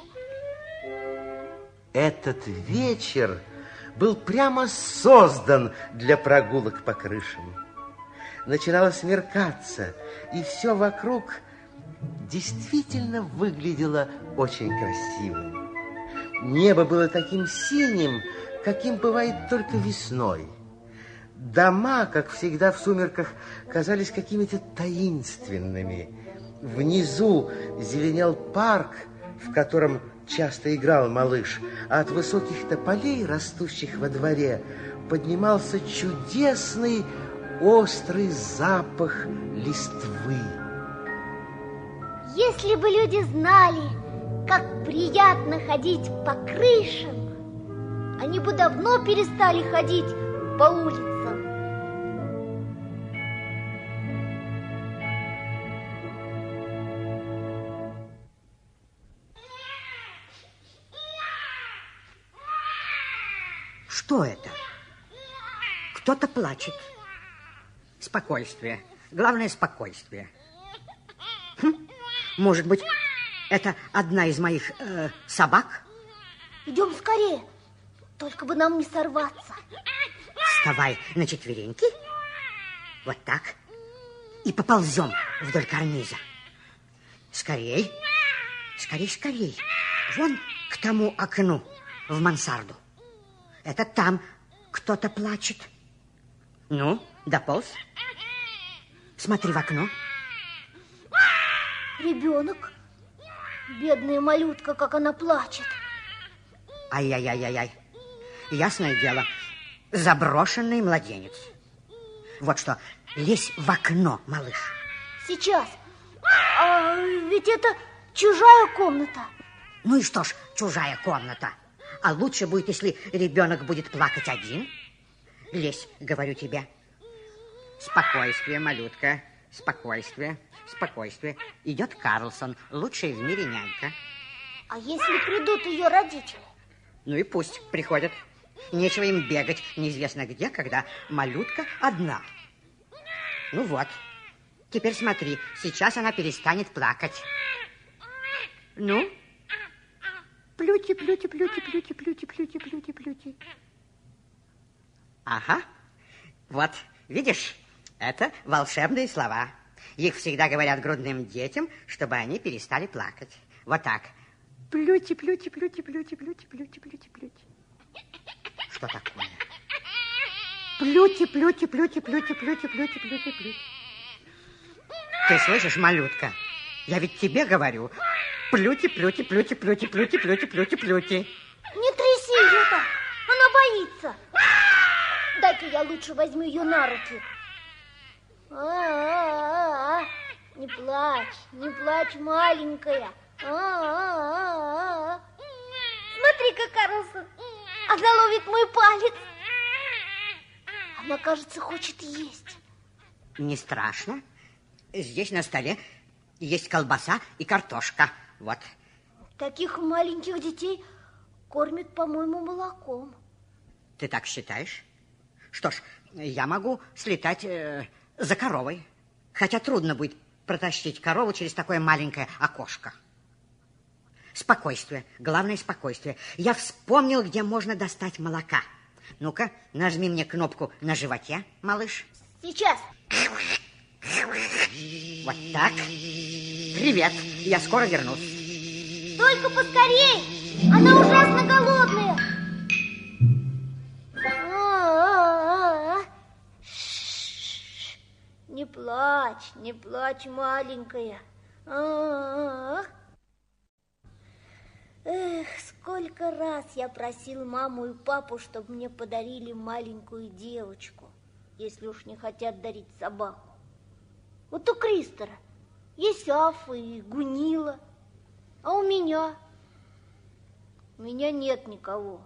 Этот вечер был прямо создан для прогулок по крышам. Начинало смеркаться, и все вокруг действительно выглядело очень красивым. Небо было таким синим, каким бывает только весной. Дома, как всегда в сумерках, казались какими-то таинственными. Внизу зеленел парк, в котором часто играл малыш, а от высоких тополей, растущих во дворе, поднимался чудесный острый запах листвы. Если бы люди знали, как приятно ходить по крышам. Они бы давно перестали ходить по улицам. Что это? Кто-то плачет. Спокойствие. Главное, спокойствие. Хм. Может быть, это одна из моих э, собак? Идем скорее, только бы нам не сорваться. Вставай на четвереньки. Вот так. И поползем вдоль карниза. Скорей. Скорей, скорей. Вон к тому окну в мансарду. Это там кто-то плачет. Ну, дополз. Смотри в окно. Ребенок. Бедная малютка, как она плачет. Ай-яй-яй-яй-яй. Ясное дело, заброшенный младенец. Вот что, лезь в окно, малыш. Сейчас. А ведь это чужая комната. Ну и что ж, чужая комната. А лучше будет, если ребенок будет плакать один. Лезь, говорю тебе. Спокойствие, малютка. Спокойствие, спокойствие. Идет Карлсон, лучшая в мире нянька. А если придут ее родители? Ну и пусть приходят. Нечего им бегать неизвестно где, когда малютка одна. Ну вот. Теперь смотри, сейчас она перестанет плакать. Ну? Плюти, плюти, плюти, плюти, плюти, плюти, плюти, плюти. Ага. Вот, видишь, это волшебные слова. Их всегда говорят грудным детям, чтобы они перестали плакать. Вот так. Плюти, плюти, плюти, плюти, плюти, плюти, плюти, плюти. Что такое? Плюти, плюти, плюти, плюти, плюти, плюти, плюти, плюти. Ты слышишь, малютка? Я ведь тебе говорю. Плюти, плюти, плюти, плюти, плюти, плюти, плюти, плюти. Не тряси ее так, она боится. Дай-ка я лучше возьму ее на руки. А-а-а-а. Не плачь, не плачь, маленькая. А-а-а-а. Смотри-ка, Карлсон, она ловит мой палец. Она, кажется, хочет есть. Не страшно. Здесь на столе есть колбаса и картошка. Вот. Таких маленьких детей кормят, по-моему, молоком. Ты так считаешь? Что ж, я могу слетать э, за коровой. Хотя трудно будет протащить корову через такое маленькое окошко. Спокойствие. Главное спокойствие. Я вспомнил, где можно достать молока. Ну-ка, нажми мне кнопку на животе, малыш. Сейчас. Вот так. Привет, я скоро вернусь. Только поскорей, она ужасно голодная. А-а-а-а. Не плачь, не плачь, маленькая. А-а-а. Эх, сколько раз я просил маму и папу, чтобы мне подарили маленькую девочку, если уж не хотят дарить собаку. Вот у Кристера есть Афа и Гунила, а у меня? У меня нет никого.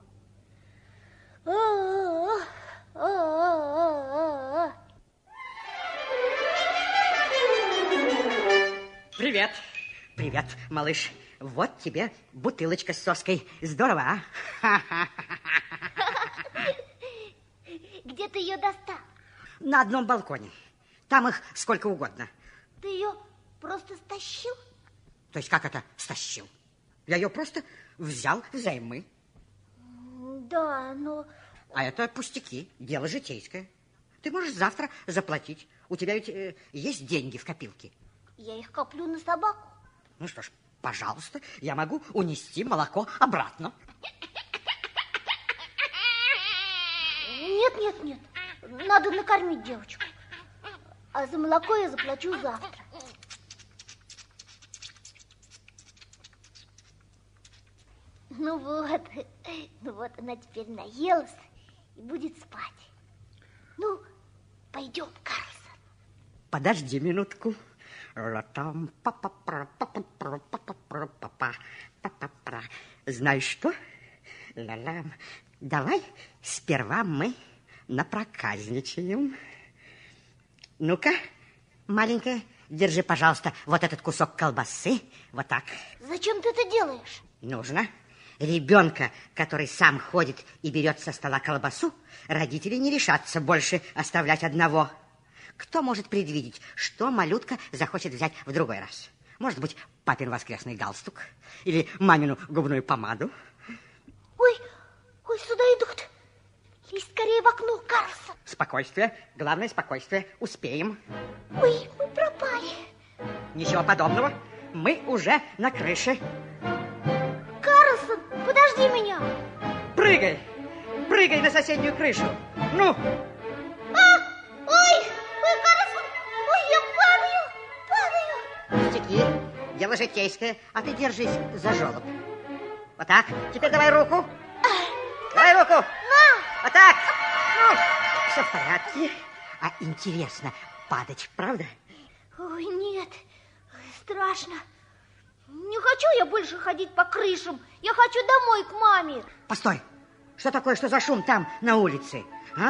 А-а-а, а-а-а-а. Привет, привет, малыш. Вот тебе бутылочка с соской. Здорово, а? Где ты ее достал? На одном балконе. Там их сколько угодно. Ты ее просто стащил? То есть как это стащил? Я ее просто взял взаймы. Да, но... А это пустяки, дело житейское. Ты можешь завтра заплатить. У тебя ведь э, есть деньги в копилке. Я их коплю на собаку. Ну что ж, пожалуйста, я могу унести молоко обратно. Нет, нет, нет. Надо накормить девочку. А за молоко я заплачу завтра. Ну вот, ну вот она теперь наелась и будет спать. Ну, пойдем, Карлсон. Подожди минутку. Знаешь что? Ла-лам. Давай сперва мы напроказничаем. Ну-ка, маленькая, держи, пожалуйста, вот этот кусок колбасы. Вот так. Зачем ты это делаешь? Нужно. Ребенка, который сам ходит и берет со стола колбасу, родители не решатся больше оставлять одного. Кто может предвидеть, что малютка захочет взять в другой раз? Может быть, папин воскресный галстук или мамину губную помаду? Ой, ой, сюда идут. Лезь скорее в окно, Карлсон. Спокойствие, главное спокойствие. Успеем. Ой, мы пропали. Ничего подобного. Мы уже на крыше. Карлсон, подожди меня. Прыгай, прыгай на соседнюю крышу. Ну. А, ой, ой, Карлсон, ой, я падаю, падаю. Пустяки, дело житейское, а ты держись за жёлоб. Вот так, теперь давай руку. Давай руку. На. Вот так. Ну, все в порядке. А интересно, падать, правда? Ой, нет, страшно. Не хочу я больше ходить по крышам. Я хочу домой к маме. Постой. Что такое, что за шум там на улице? А?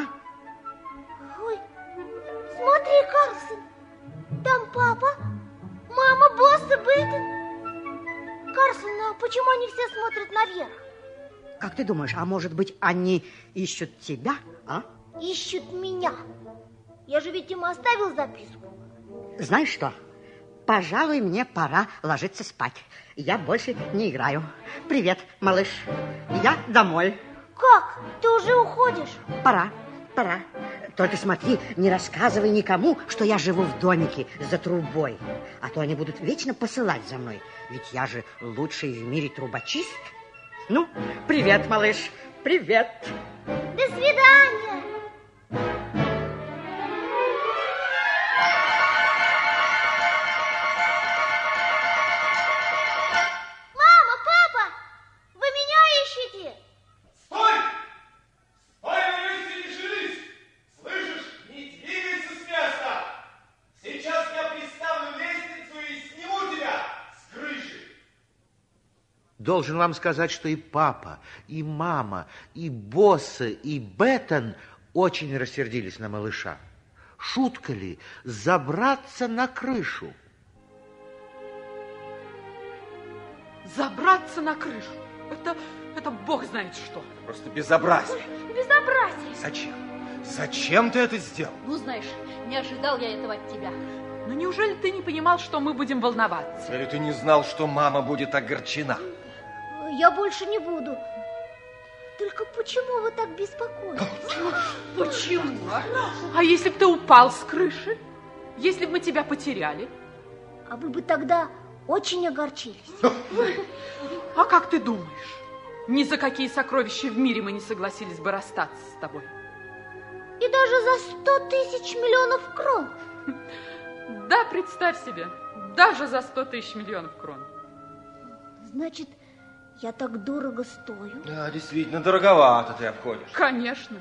Ой, смотри, Карлсон. Там папа, мама, босс и Бейтон. Карлсон, а почему они все смотрят наверх? Как ты думаешь, а может быть, они ищут тебя, а? Ищут меня. Я же ведь им оставил записку. Знаешь что? Пожалуй, мне пора ложиться спать. Я больше не играю. Привет, малыш. Я домой. Как? Ты уже уходишь? Пора, пора. Только смотри, не рассказывай никому, что я живу в домике за трубой. А то они будут вечно посылать за мной. Ведь я же лучший в мире трубочист. Ну, привет, малыш. Привет. До свидания. Должен вам сказать, что и папа, и мама, и боссы, и Беттон очень рассердились на малыша. Шутка ли забраться на крышу? Забраться на крышу? Это, это бог знает что. Просто безобразие. Безобразие. Зачем? Зачем ты это сделал? Ну, знаешь, не ожидал я этого от тебя. Ну, неужели ты не понимал, что мы будем волноваться? Или ты не знал, что мама будет огорчена? Я больше не буду. Только почему вы так беспокоитесь? Почему? А если бы ты упал с крыши? Если бы мы тебя потеряли? А вы бы тогда очень огорчились. А как ты думаешь, ни за какие сокровища в мире мы не согласились бы расстаться с тобой? И даже за сто тысяч миллионов крон? Да, представь себе, даже за сто тысяч миллионов крон. Значит, я так дорого стою? Да, действительно, дороговато ты обходишь. Конечно.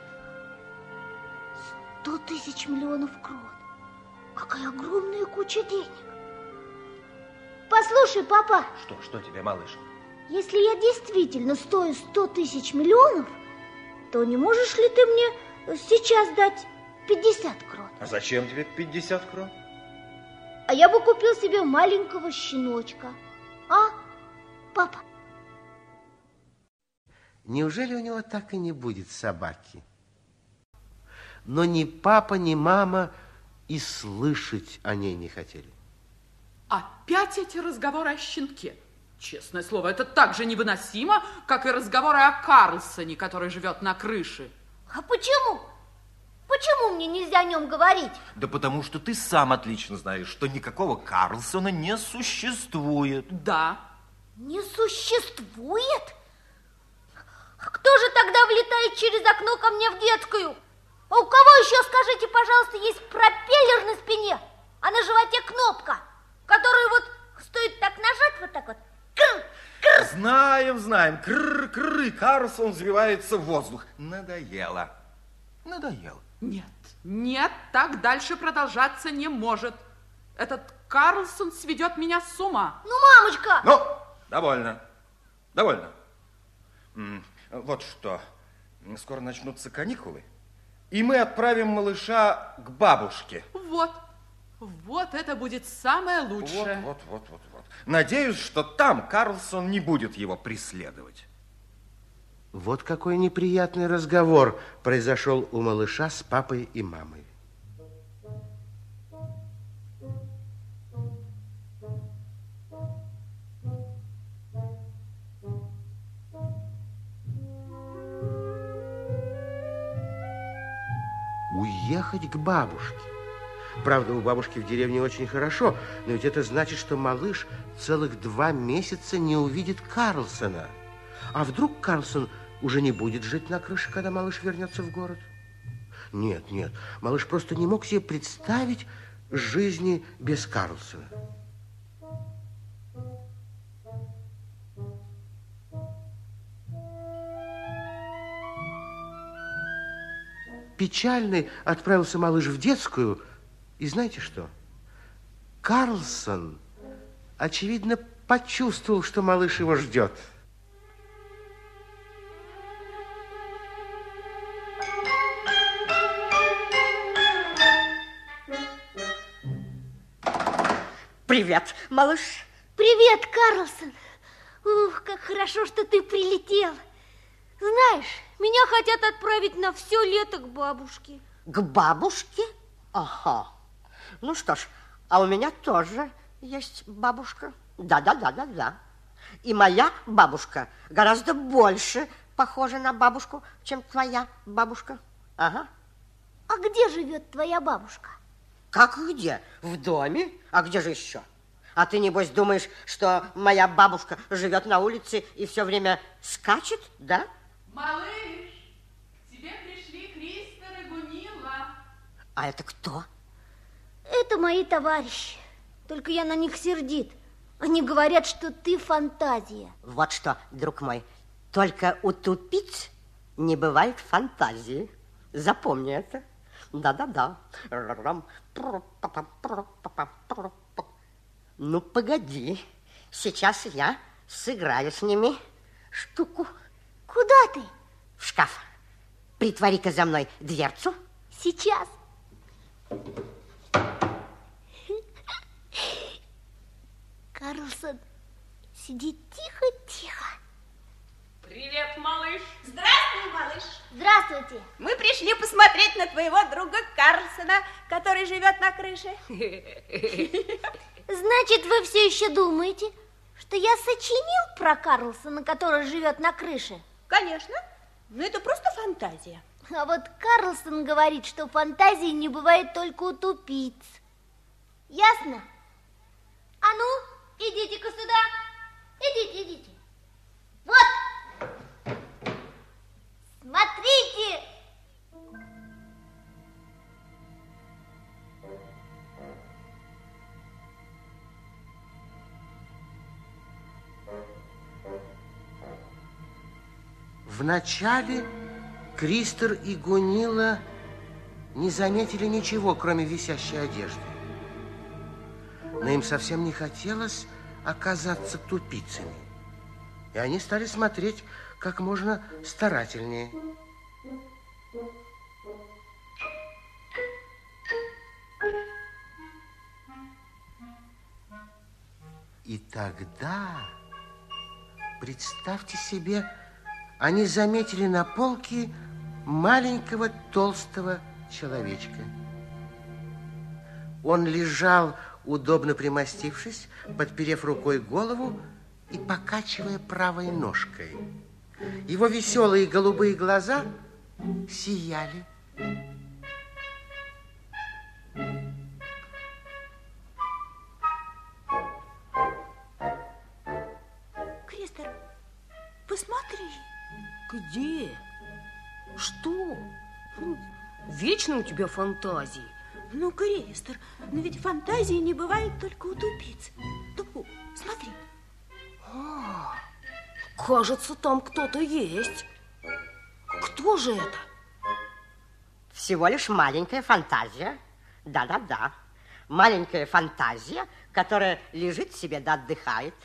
Сто тысяч миллионов крон. Какая огромная куча денег. Послушай, папа. Что, что тебе, малыш? Если я действительно стою сто тысяч миллионов, то не можешь ли ты мне сейчас дать пятьдесят крон? А зачем тебе пятьдесят крон? А я бы купил себе маленького щеночка. А, папа? Неужели у него так и не будет собаки? Но ни папа, ни мама и слышать о ней не хотели. Опять эти разговоры о щенке. Честное слово, это так же невыносимо, как и разговоры о Карлсоне, который живет на крыше. А почему? Почему мне нельзя о нем говорить? Да потому что ты сам отлично знаешь, что никакого Карлсона не существует. Да. Не существует? Кто же тогда влетает через окно ко мне в детскую? А у кого еще, скажите, пожалуйста, есть пропеллер на спине, а на животе кнопка, которую вот стоит так нажать, вот так вот. Крр, крр. Знаем, знаем. Крр, крр, и Карлсон взвивается в воздух. Надоело. Надоело. Нет, нет, так дальше продолжаться не может. Этот Карлсон сведет меня с ума. Ну, мамочка! Ну, довольно. Довольно. Вот что. Скоро начнутся каникулы, и мы отправим малыша к бабушке. Вот. Вот это будет самое лучшее. Вот, вот, вот, вот, вот. Надеюсь, что там Карлсон не будет его преследовать. Вот какой неприятный разговор произошел у малыша с папой и мамой. Уехать к бабушке. Правда, у бабушки в деревне очень хорошо, но ведь это значит, что малыш целых два месяца не увидит Карлсона. А вдруг Карлсон уже не будет жить на крыше, когда малыш вернется в город? Нет, нет, малыш просто не мог себе представить жизни без Карлсона. Печальный отправился малыш в детскую, и знаете что? Карлсон, очевидно, почувствовал, что малыш его ждет. Привет, малыш. Привет, Карлсон. Ух, как хорошо, что ты прилетел. Знаешь, меня хотят отправить на все лето к бабушке. К бабушке? Ага. Ну что ж, а у меня тоже есть бабушка. Да-да-да-да-да. И моя бабушка гораздо больше похожа на бабушку, чем твоя бабушка. Ага. А где живет твоя бабушка? Как где? В доме? А где же еще? А ты, небось, думаешь, что моя бабушка живет на улице и все время скачет, да? Малыш, к тебе пришли Кристер и Гунила. А это кто? Это мои товарищи. Только я на них сердит. Они говорят, что ты фантазия. Вот что, друг мой, только у тупиц не бывает фантазии. Запомни это. Да-да-да. Ну, погоди. Сейчас я сыграю с ними штуку. Куда ты? В шкаф. Притвори-ка за мной дверцу. Сейчас. Карлсон сидит тихо-тихо. Привет, малыш. Здравствуй, малыш. Здравствуйте. Мы пришли посмотреть на твоего друга Карлсона, который живет на крыше. Значит, вы все еще думаете, что я сочинил про Карлсона, который живет на крыше? Конечно, но это просто фантазия. А вот Карлсон говорит, что фантазии не бывает только у тупиц. Ясно? А ну, идите-ка сюда. Идите, идите. Вот. Смотрите. Вначале Кристер и Гунила не заметили ничего, кроме висящей одежды. Но им совсем не хотелось оказаться тупицами. И они стали смотреть как можно старательнее. И тогда, представьте себе, они заметили на полке маленького толстого человечка. Он лежал, удобно примостившись, подперев рукой голову и покачивая правой ножкой. Его веселые голубые глаза сияли. Кристер, посмотри. Где? Что? Вечно у тебя фантазии. Ну, Кристер, но ведь фантазии не бывает только у тупиц. Тупу, смотри. А, кажется, там кто-то есть. Кто же это? Всего лишь маленькая фантазия. Да-да-да. маленькая фантазия, которая лежит себе да отдыхает.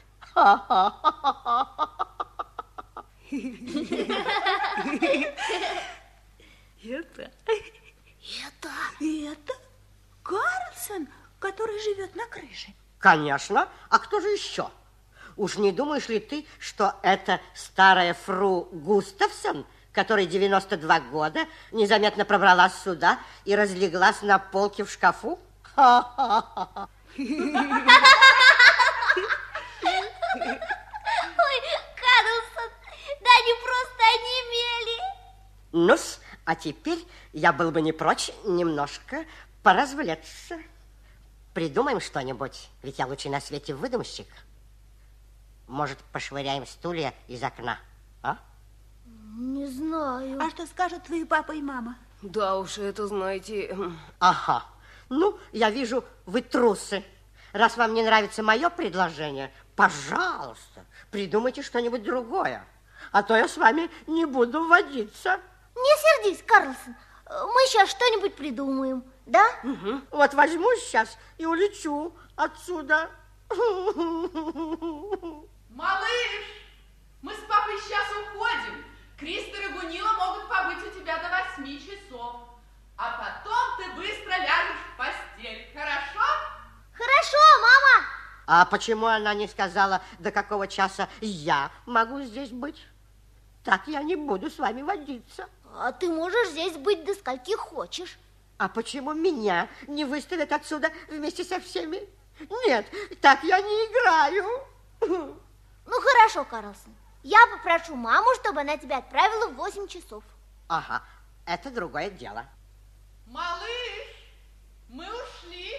Это... Это... Это Карлсон, который живет на крыше. Конечно. А кто же еще? Уж не думаешь ли ты, что это старая фру Густавсон, которой девяносто два года, незаметно пробралась сюда и разлеглась на полке в шкафу? Ха-ха-ха. Ой, Карлсон, да они просто онемели. Ну-с, а теперь я был бы не прочь немножко поразвлекаться. Придумаем что-нибудь, ведь я лучший на свете выдумщик. Может, пошвыряем стулья из окна, а? Не знаю. А что скажут твои папа и мама? Да уж, это, знаете... Ага. Ну, я вижу, вы трусы. Раз вам не нравится мое предложение, пожалуйста, придумайте что-нибудь другое. А то я с вами не буду водиться. Не сердись, Карлсон. Мы сейчас что-нибудь придумаем, да? Угу. Вот возьму сейчас и улечу отсюда. Малыш, мы с папой сейчас уходим. Кристер и Гунила могут побыть у тебя до восьми часов. А потом ты быстро ляжешь в постель, хорошо? Хорошо, мама. А почему она не сказала, до какого часа я могу здесь быть? Так я не буду с вами водиться. А ты можешь здесь быть до скольки хочешь. А почему меня не выставят отсюда вместе со всеми? Нет, так я не играю. Ну, хорошо, Карлсон. Я попрошу маму, чтобы она тебя отправила в восемь часов. Ага, это другое дело. Малыш, мы ушли.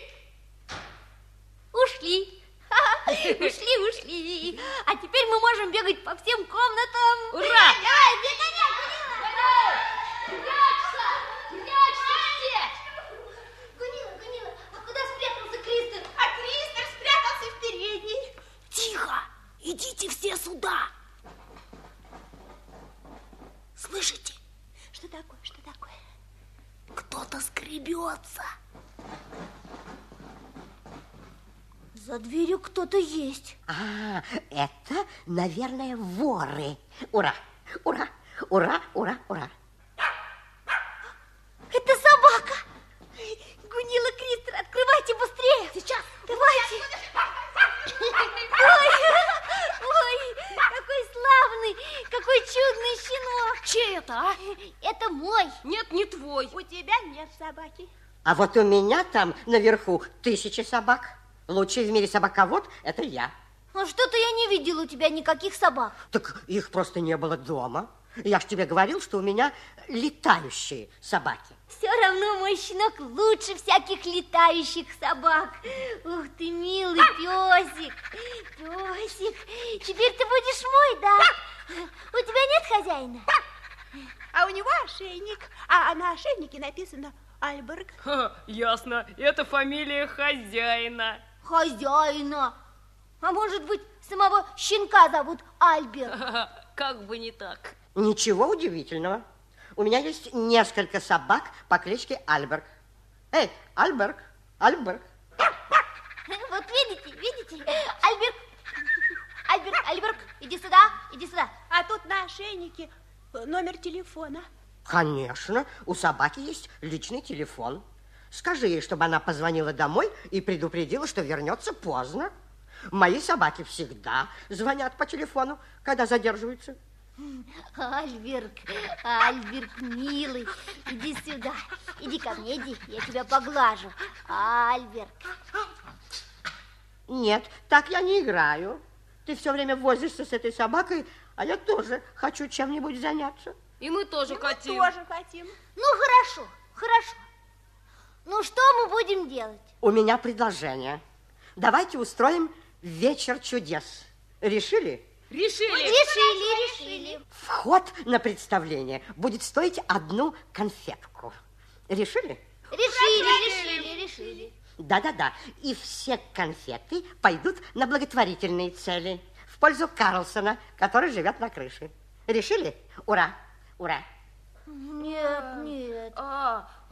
Ушли. Ушли, ушли. А теперь мы можем бегать по всем комнатам. Ура! Давай, бегай, Гунила! Прячься! Прячься все! Гунила, Гунила, а куда спрятался Кристер? А Кристер спрятался в передней. Тихо! Идите все сюда! Слышите? Что такое, что такое? Кто-то скребется. За дверью кто-то есть. А, это, наверное, воры. Ура, ура, ура, ура, ура. Это собака. Гунила, Кристер, открывайте быстрее. Сейчас. Давайте. Ой, ой, какой славный, какой чудный щенок. Чей это, а? Это мой. Нет, не твой. У тебя нет собаки. А вот у меня там наверху тысячи собак. Лучший в мире собаковод – это я. Ну, что-то я не видела у тебя никаких собак. Так их просто не было дома. Я ж тебе говорил, что у меня летающие собаки. Все равно мой щенок лучше всяких летающих собак. Ух ты, милый песик. Песик, теперь ты будешь мой, да? У тебя нет хозяина? А у него ошейник, а на ошейнике написано Альберг. Ха, ясно, это фамилия хозяина. Хозяина. А может быть, самого щенка зовут Альберт? Как бы не так. Ничего удивительного. У меня есть несколько собак по кличке Альберг. Эй, Альберг, Альберг. Вот видите, видите? Альберг, Альберг, Альберг, иди сюда, иди сюда. А тут на ошейнике номер телефона. Конечно, у собаки есть личный телефон. Скажи ей, чтобы она позвонила домой и предупредила, что вернется поздно. Мои собаки всегда звонят по телефону, когда задерживаются. Альберг, Альберг, милый, иди сюда. Иди ко мне, иди, я тебя поглажу. Альберг. Нет, так я не играю. Ты все время возишься с этой собакой, а я тоже хочу чем-нибудь заняться. И мы тоже И хотим. Мы тоже хотим. Ну, хорошо, хорошо. Ну, что мы будем делать? У меня предложение. Давайте устроим вечер чудес. Решили? Решили. Решили, решили. Вход на представление будет стоить одну конфетку. Решили? Решили, решили, решили. Да-да-да. И все конфеты пойдут на благотворительные цели. В пользу Карлсона, который живет на крыше. Решили? Ура! Ура! Нет, нет. А,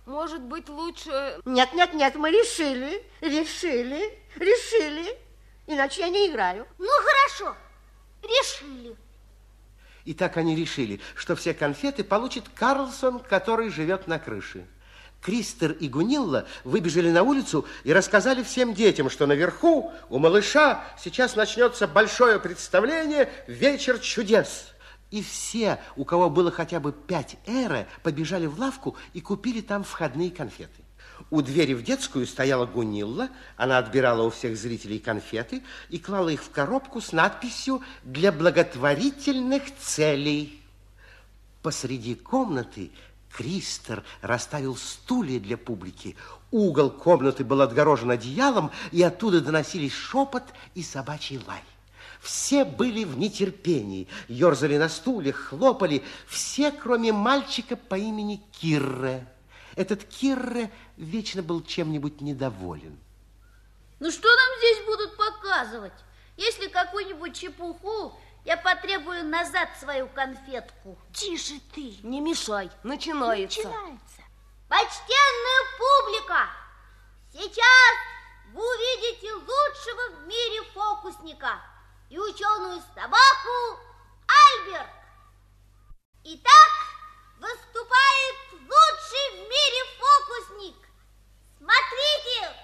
Может быть, лучше... Нет, нет, нет, мы решили, решили, решили. Иначе я не играю. Ну, хорошо, решили. И так они решили, что все конфеты получит Карлсон, который живет на крыше. Кристер и Гунилла выбежали на улицу и рассказали всем детям, что наверху у малыша сейчас начнется большое представление «Вечер чудес». И все, у кого было хотя бы пять эре, побежали в лавку и купили там входные конфеты. У двери в детскую стояла Гунилла, она отбирала у всех зрителей конфеты и клала их в коробку с надписью «Для благотворительных целей». Посреди комнаты Кристер расставил стулья для публики. Угол комнаты был отгорожен одеялом, и оттуда доносились шепот и собачий лай. Все были в нетерпении, ерзали на стульях, хлопали, все, кроме мальчика по имени Кирре. Этот Кирре вечно был чем-нибудь недоволен. Ну что нам здесь будут показывать? Если какую-нибудь чепуху, я потребую назад свою конфетку. Тише ты. Не мешай, начинается. Начинается. Почтенная публика, сейчас вы увидите лучшего в мире фокусника и ученую собаку Альберт. Итак, выступает лучший в мире фокусник. Смотрите!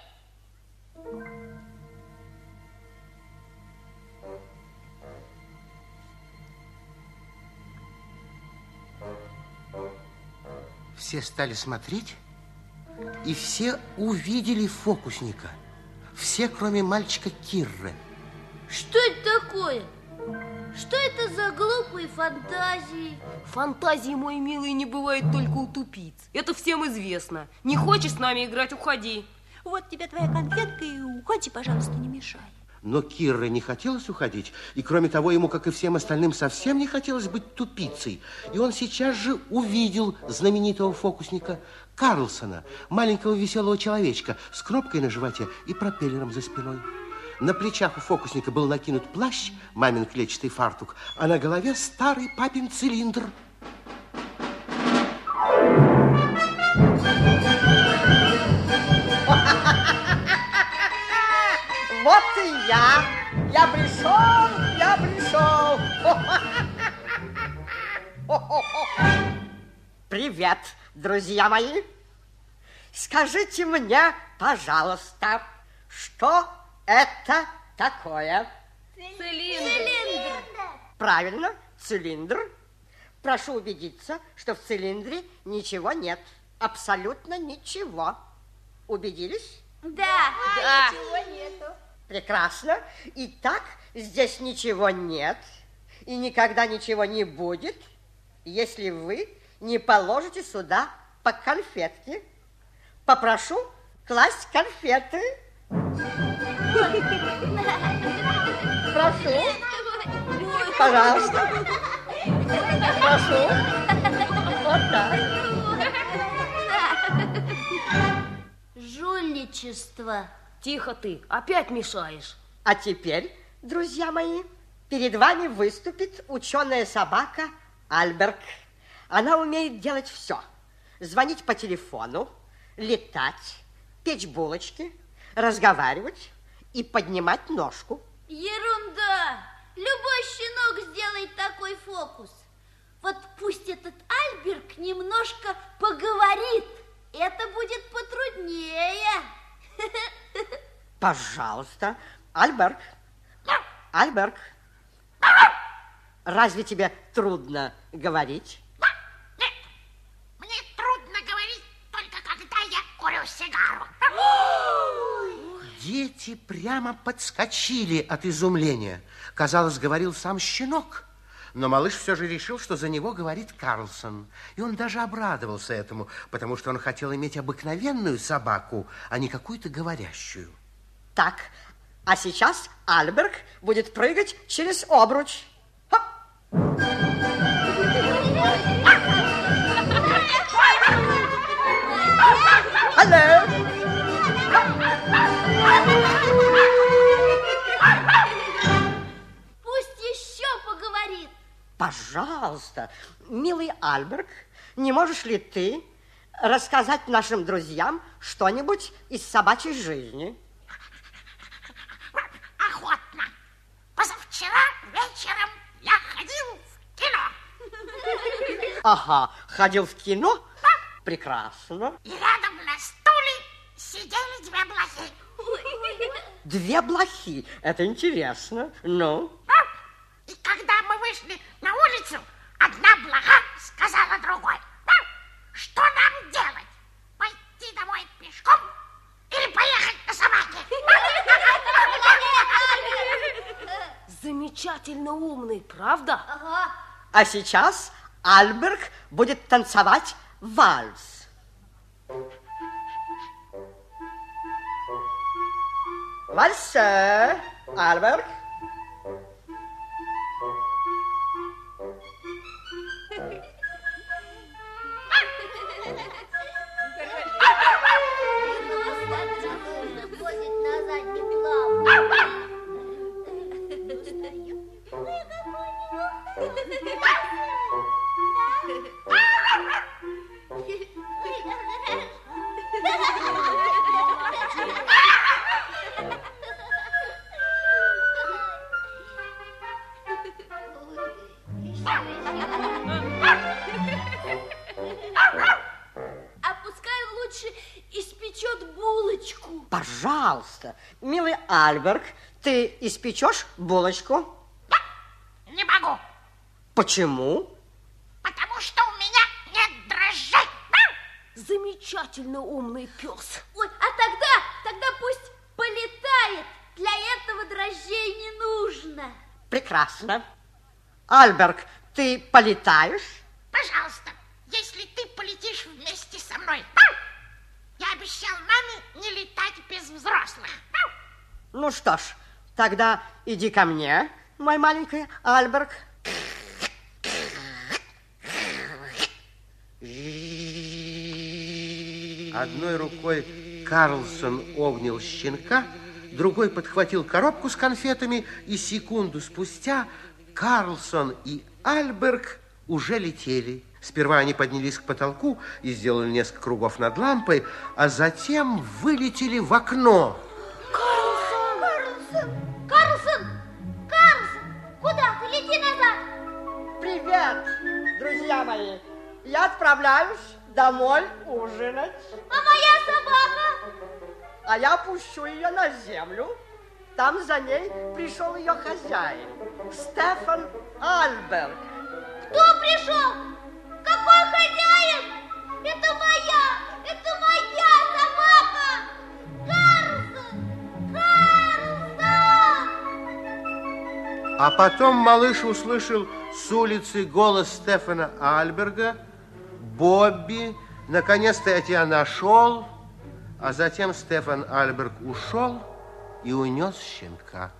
Все стали смотреть, и все увидели фокусника. Все, кроме мальчика Кирре. Что это такое? Что это за глупые фантазии? Фантазии, мой милый, не бывает только у тупиц. Это всем известно. Не хочешь с нами играть, уходи. Вот тебе твоя конфетка, и уходи, пожалуйста, не мешай. Но Кирре не хотелось уходить, и кроме того, ему, как и всем остальным, совсем не хотелось быть тупицей. И он сейчас же увидел знаменитого фокусника Карлсона, маленького веселого человечка с кнопкой на животе и пропеллером за спиной. На плечах у фокусника был накинут плащ, мамин клетчатый фартук, а на голове старый папин цилиндр. Вот и я. Я пришел, я пришел. Привет, друзья мои. Скажите мне, пожалуйста, что это такое? Цилиндр. Правильно, цилиндр. Прошу убедиться, что в цилиндре ничего нет. Абсолютно ничего. Убедились? Да. Да. Ничего нету. Прекрасно. Итак, здесь ничего нет и никогда ничего не будет, если вы не положите сюда по конфетке. Попрошу класть конфеты. Прошу. Пожалуйста. Прошу. Вот так. Жульничество. Тихо ты, опять мешаешь. А теперь, друзья мои, перед вами выступит ученая собака Альберт. Она умеет делать все. Звонить по телефону, летать, печь булочки, разговаривать и поднимать ножку. Ерунда! Любой щенок сделает такой фокус. Вот пусть этот Альберт немножко поговорит. Это будет потруднее. Пожалуйста, Альберт. Альберт. Разве тебе трудно говорить? Нет, мне трудно говорить только когда я курю сигару. Дети прямо подскочили от изумления. Казалось, говорил сам щенок. Но малыш все же решил, что за него говорит Карлсон. И он даже обрадовался этому, потому что он хотел иметь обыкновенную собаку, а не какую-то говорящую. Так, а сейчас Альберт будет прыгать через обруч. Хоп. Алло! Пусть еще поговорит. Пожалуйста, милый Альберт, не можешь ли ты рассказать нашим друзьям что-нибудь из собачьей жизни? Охотно. Позавчера вечером я ходил в кино. Ага, ходил в кино? Прекрасно. И рядом на стуле сидели две блохи. Две блохи? Это интересно. Ну? И когда мы вышли на улицу, одна блоха сказала другой: что нам делать? Пойти домой пешком или поехать на собаке? Замечательно умный, правда? Ага. А сейчас Альберг будет танцевать вальс. Вальс, Альберг. А пускай лучше испечет булочку. Пожалуйста, милый Альберг, ты испечешь булочку? Не могу. Почему? Потому что у меня нет дрожжей. Замечательно умный пес. Ой, а тогда, тогда пусть полетает. Для этого дрожжей не нужно. Прекрасно. Альберг, ты полетаешь? Пожалуйста, если ты полетишь вместе со мной. Я обещал маме не летать без взрослых. Ну что ж, тогда иди ко мне, мой маленький Альберг. Одной рукой Карлсон обнял щенка, другой подхватил коробку с конфетами, и секунду спустя Карлсон и Альберг уже летели. Сперва они поднялись к потолку и сделали несколько кругов над лампой, а затем вылетели в окно. Карлсон! Карлсон! Карлсон! Карлсон! Куда ты? Лети назад! Привет, друзья мои! Я отправляюсь домой ужинать. А моя собака? А я пущу ее на землю. Там за ней пришел ее хозяин, Стефан Альберг. Кто пришел? Какой хозяин? Это моя! Это моя собака! Карлсон! Карлсон! А потом малыш услышал с улицы голос Стефана Альберга: «Бобби, наконец-то я тебя нашел». А затем Стефан Альберг ушел и унес щенка.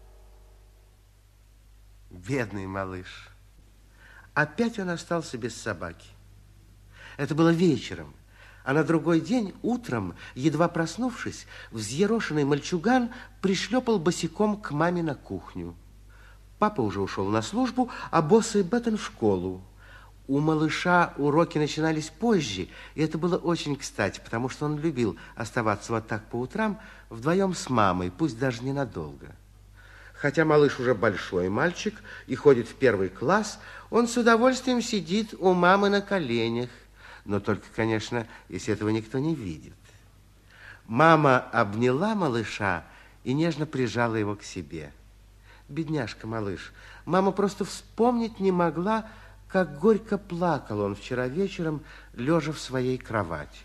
Бедный малыш. Опять он остался без собаки. Это было вечером, а на другой день утром, едва проснувшись, взъерошенный мальчуган пришлепал босиком к маме на кухню. Папа уже ушел на службу, а босс и Беттон в школу. У малыша уроки начинались позже, и это было очень кстати, потому что он любил оставаться вот так по утрам вдвоем с мамой, пусть даже ненадолго. Хотя малыш уже большой мальчик и ходит в первый класс, он с удовольствием сидит у мамы на коленях. Но только, конечно, если этого никто не видит. Мама обняла малыша и нежно прижала его к себе. Бедняжка малыш. Мама просто вспомнить не могла, как горько плакал он вчера вечером, лежа в своей кровати.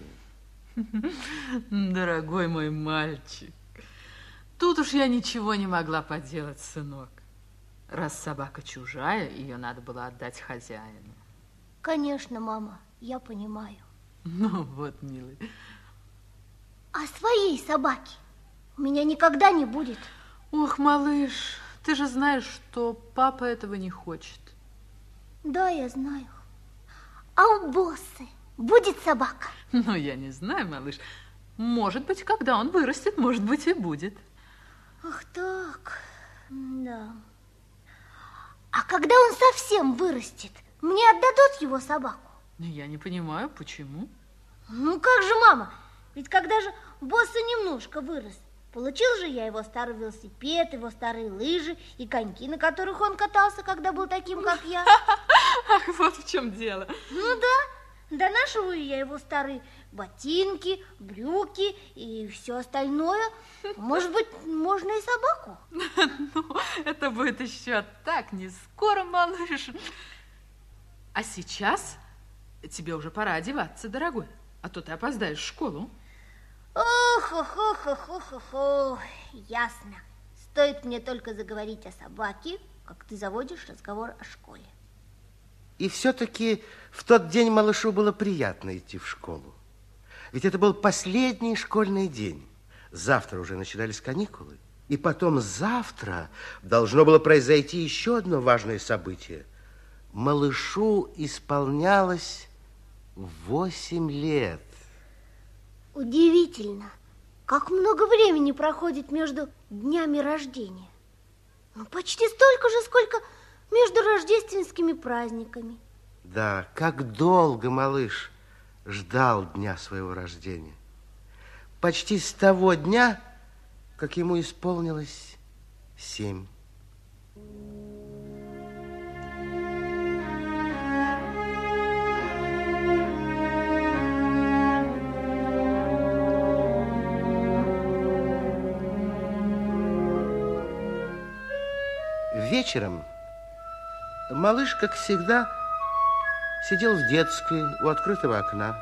Дорогой мой мальчик, тут уж я ничего не могла поделать, сынок. Раз собака чужая, ее надо было отдать хозяину. Конечно, мама, я понимаю. Ну вот, милый. А своей собаки у меня никогда не будет. Ох, малыш, ты же знаешь, что папа этого не хочет. Да, я знаю. А у босса будет собака? Ну, я не знаю, малыш. Может быть, когда он вырастет, может быть, и будет. Ах так, да. А когда он совсем вырастет, мне отдадут его собаку? Я не понимаю, почему. Ну как же, мама? Ведь когда же Босса немножко вырос, получил же я его старый велосипед, его старые лыжи и коньки, на которых он катался, когда был таким, как я. Ах, вот в чем дело. Ну да, донашиваю я его старые ботинки, брюки и все остальное. Может быть, можно и собаку? Ну, это будет еще так не скоро, малыш. А сейчас тебе уже пора одеваться, дорогой, а то ты опоздаешь в школу. Ох, ох, ох, ох, ох, ох, ох, ясно. Стоит мне только заговорить о собаке, как ты заводишь разговор о школе. И все-таки в тот день малышу было приятно идти в школу. Ведь это был последний школьный день. Завтра уже начинались каникулы. И потом завтра должно было произойти еще одно важное событие. Малышу исполнялось восемь лет. Удивительно, как много времени проходит между днями рождения. Ну, почти столько же, сколько между рождественскими праздниками. Да, как долго малыш ждал дня своего рождения. Почти с того дня, как ему исполнилось семь. Вечером малыш, как всегда, сидел в детской у открытого окна.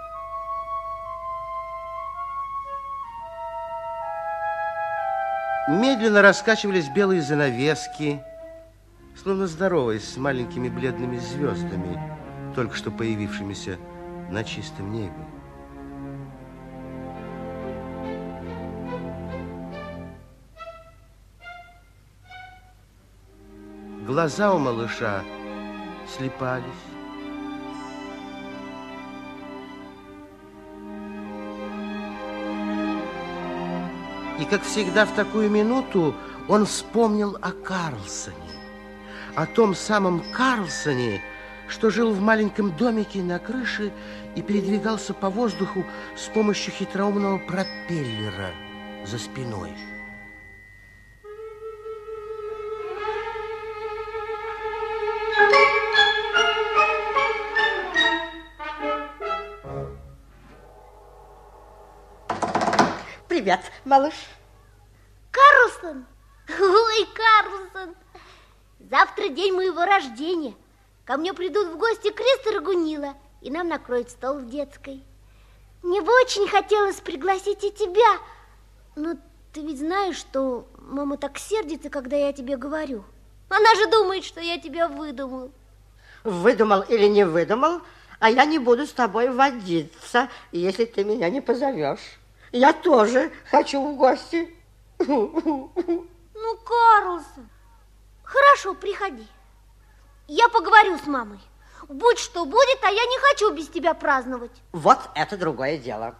Медленно раскачивались белые занавески, словно здороваясь с маленькими бледными звездами, только что появившимися на чистом небе. Глаза у малыша слипались. И, как всегда, в такую минуту он вспомнил о Карлсоне. О том самом Карлсоне, что жил в маленьком домике на крыше и передвигался по воздуху с помощью хитроумного пропеллера за спиной. Привет, малыш. Карлсон! Ой, Карлсон! Завтра день моего рождения. Ко мне придут в гости Кристер и Гунилла, и нам накроют стол в детской. Мне бы очень хотелось пригласить и тебя. Но ты ведь знаешь, что мама так сердится, когда я тебе говорю. Она же думает, что я тебя выдумал. Выдумал или не выдумал, а я не буду с тобой водиться, если ты меня не позовешь. Я тоже хочу в гости. Ну, Карлсон, хорошо, приходи. Я поговорю с мамой. Будь что будет, а я не хочу без тебя праздновать. Вот это другое дело.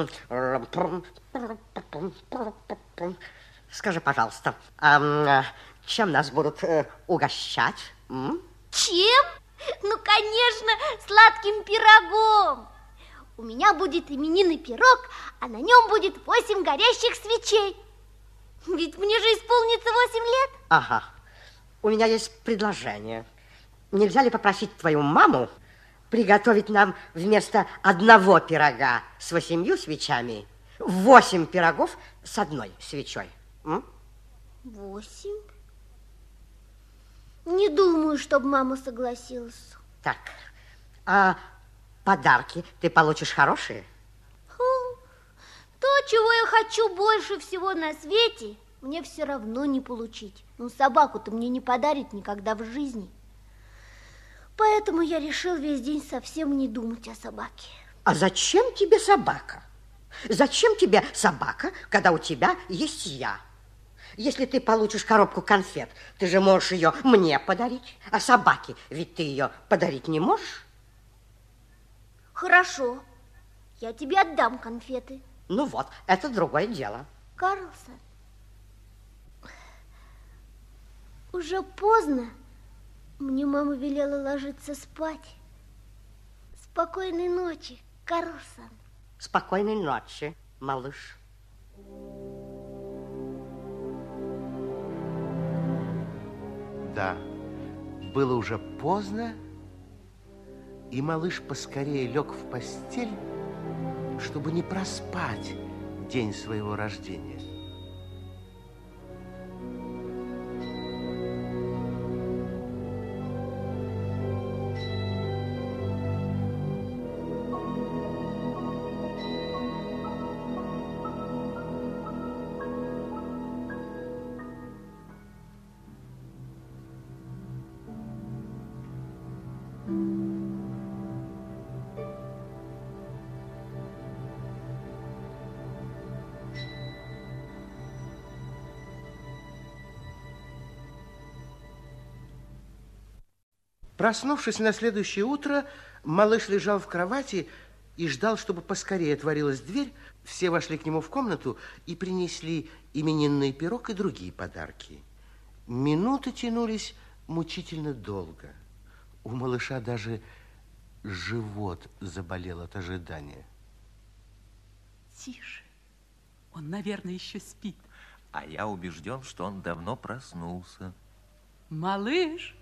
Скажи, пожалуйста, а чем нас будут угощать? Чем? Ну, конечно, сладким пирогом. У меня будет именинный пирог, а на нем будет восемь горящих свечей. Ведь мне же исполнится восемь лет. Ага. У меня есть предложение. Нельзя ли попросить твою маму приготовить нам вместо одного пирога с восемью свечами восемь пирогов с одной свечой? М? Восемь? Не думаю, чтобы мама согласилась. Так, а подарки ты получишь хорошие? Хм, то, чего я хочу больше всего на свете, мне все равно не получить. Ну, собаку-то мне не подарит никогда в жизни. Поэтому я решил весь день совсем не думать о собаке. А зачем тебе собака? Зачем тебе собака, когда у тебя есть я? Если ты получишь коробку конфет, ты же можешь ее мне подарить. А собаке ведь ты ее подарить не можешь. Хорошо, я тебе отдам конфеты. Ну вот, это другое дело. Карлсон, уже поздно. Мне мама велела ложиться спать. Спокойной ночи, Карлсон. Спокойной ночи, малыш. Да, было уже поздно, и малыш поскорее лег в постель, чтобы не проспать день своего рождения. Проснувшись на следующее утро, малыш лежал в кровати и ждал, чтобы поскорее отворилась дверь. Все вошли к нему в комнату и принесли именинный пирог и другие подарки. Минуты тянулись мучительно долго. У малыша даже живот заболел от ожидания. Тише. Он, наверное, еще спит. А я убежден, что он давно проснулся. Малыш.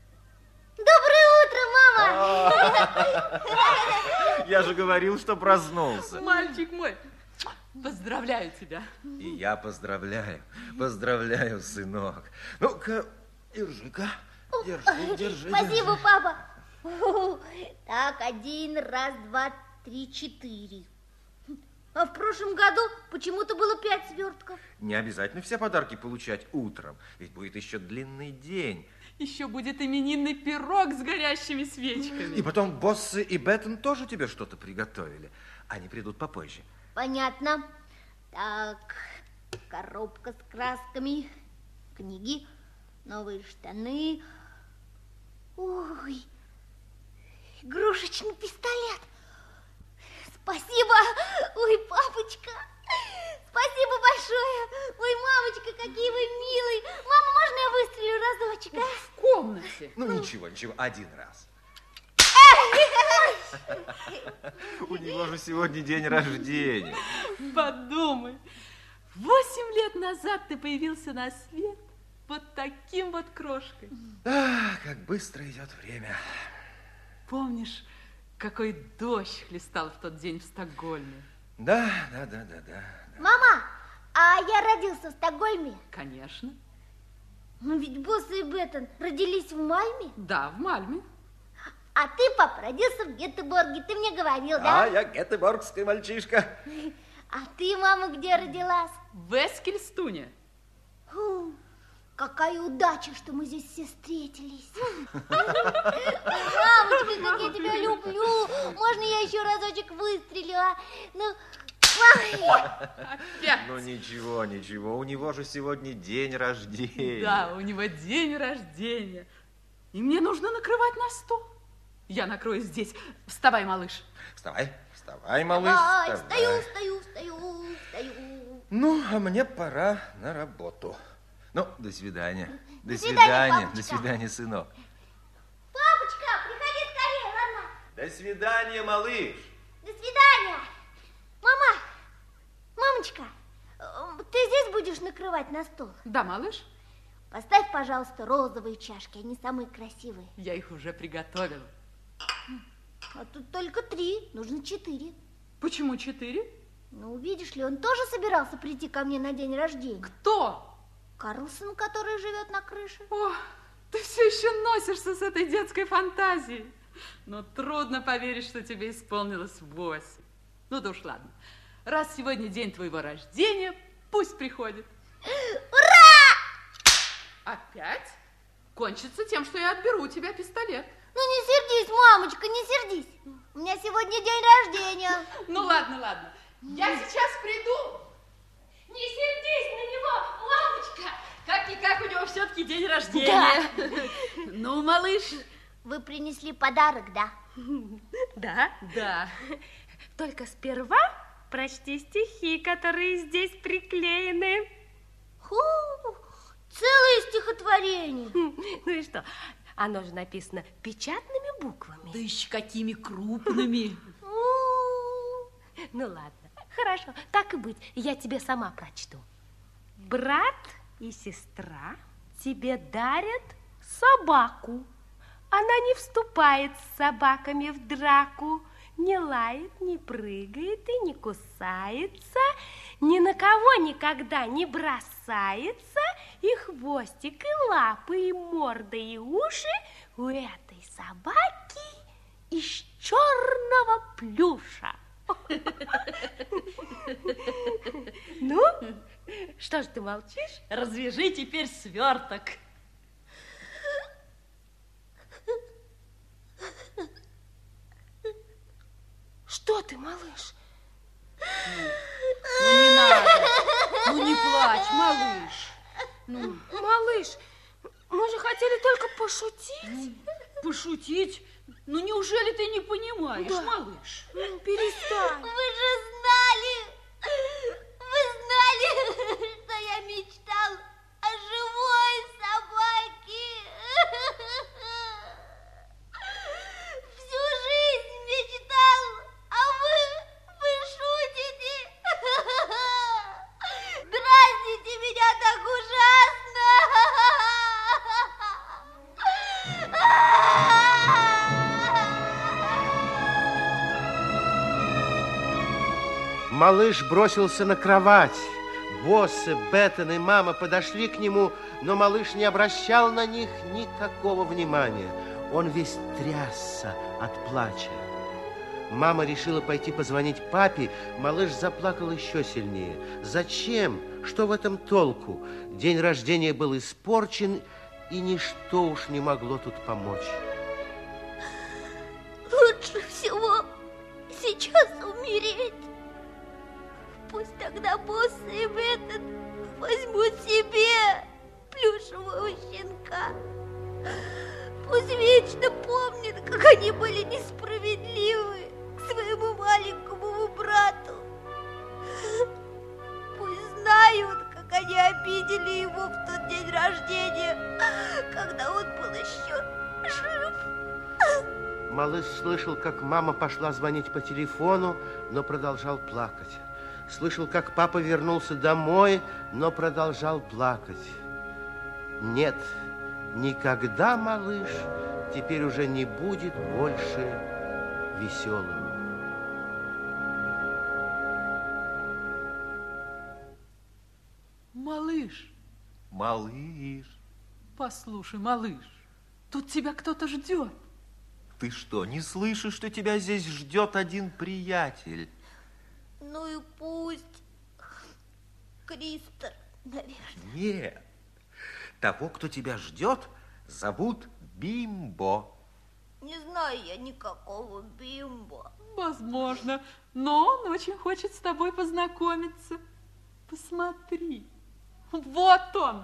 Доброе утро, мама! Я же говорил, что проснулся. Мальчик мой, поздравляю тебя. И я поздравляю, поздравляю, сынок. Ну-ка, держи-ка, держи, держи. Спасибо, держи. папа. Так, один, раз, два, три, четыре. А в прошлом году почему-то было пять свертков. Не обязательно все подарки получать утром, ведь будет еще длинный день. Еще будет именинный пирог с горящими свечками. И потом Боссы и Беттон тоже тебе что-то приготовили. Они придут попозже. Понятно. Так, коробка с красками, книги, новые штаны. Ой, игрушечный пистолет. Спасибо. Ой, папочка. Спасибо большое. Ой, мамочка, какие вы милые. Мама, можно я выстрелю разочек, а? В комнате. Ну, ничего, ничего, один раз. У него же сегодня день рождения. Подумай, восемь лет назад ты появился на свет вот таким вот крошкой. Ах, как быстро идет время. Помнишь, какой дождь хлестал в тот день в Стокгольме? Да, да, да, да, да. Мама, а я родился в Стокгольме? Конечно. Ну ведь Боссы и Беттон родились в Мальме? Да, в Мальме. А ты, папа, родился в Гетеборге, ты мне говорил, А, да? я гетеборгский мальчишка. А ты, мама, где родилась? В Эскильстуне. Фу, какая удача, что мы здесь все встретились. Мамочка, как я тебя люблю. Можно я еще разочек выстрелю, а? Ну, опять. Ну, ничего, ничего, у него же сегодня день рождения. Да, у него день рождения. И мне нужно накрывать на стол. Я накрою здесь. Вставай, малыш. Вставай, вставай, малыш. Давай, вставай. встаю, встаю, встаю, встаю. Ну, а мне пора на работу. Ну, до свидания. До, До свидания, свидания, до свидания, сынок. Папочка, приходи скорее, ладно? До свидания, малыш. До свидания. Мама, мамочка, ты здесь будешь накрывать на стол? Да, малыш. Поставь, пожалуйста, розовые чашки, они самые красивые. Я их уже приготовила. А тут только три, нужно четыре. Почему четыре? Ну, видишь ли, он тоже собирался прийти ко мне на день рождения. Кто? Карлсон, который живет на крыше. О, ты все еще носишься с этой детской фантазией. Но трудно поверить, что тебе исполнилось восемь. Ну да уж ладно. Раз сегодня день твоего рождения, пусть приходит. Ура! Опять? Кончится тем, что я отберу у тебя пистолет. Ну не сердись, мамочка, не сердись. У меня сегодня день рождения. Ну ладно, ладно. Я сейчас приду. Не сердись на него, мамочка. Как-никак у него все-таки день рождения. Да. Ну, малыш. Вы принесли подарок, да? Да? Да. Только сперва прочти стихи, которые здесь приклеены. Фу, целое стихотворение. Ну и что? Оно же написано печатными буквами. Да еще какими крупными. Ну ладно, хорошо, так и быть, я тебе сама прочту. Брат и сестра тебе дарят собаку. Она не вступает с собаками в драку, не лает, не прыгает и не кусается, ни на кого никогда не бросается, и хвостик, и лапы, и морда, и уши у этой собаки из черного плюша. Ну, что ж ты молчишь? Развяжи теперь сверток. Что ты, малыш? Ну, не надо. Ну, не плачь, малыш. Ну, малыш, мы же хотели только пошутить. Ну, пошутить? Ну, неужели ты не понимаешь, да. малыш? Ну, перестань. Вы же знали, вы знали, что я мечтал о живой собаке. Всю жизнь мечтал, а вы, вы шутите. Дразните меня так ужасно. Малыш бросился на кровать. Боссы, Беттон и мама подошли к нему, но малыш не обращал на них никакого внимания. Он весь трясся от плача. Мама решила пойти позвонить папе. Малыш заплакал еще сильнее. Зачем? Что в этом толку? День рождения был испорчен, и ничто уж не могло тут помочь. Лучше всего сейчас умереть. Пусть тогда боссы и Беттон возьмут себе плюшевого щенка. Пусть вечно помнят, как они были несправедливы к своему маленькому брату. Пусть знают, как они обидели его в тот день рождения, когда он был еще жив. Малыш слышал, как мама пошла звонить по телефону, но продолжал плакать. Слышал, как папа вернулся домой, но продолжал плакать. Нет, никогда малыш теперь уже не будет больше веселым. Малыш. Малыш. Послушай, малыш, тут тебя кто-то ждет. Ты что, не слышишь, что тебя здесь ждет один приятель? Ну и пусть. Кристер, наверное. Нет. Того, кто тебя ждет, зовут Бимбо. Не знаю я никакого Бимбо. Возможно, но он очень хочет с тобой познакомиться. Посмотри, вот он.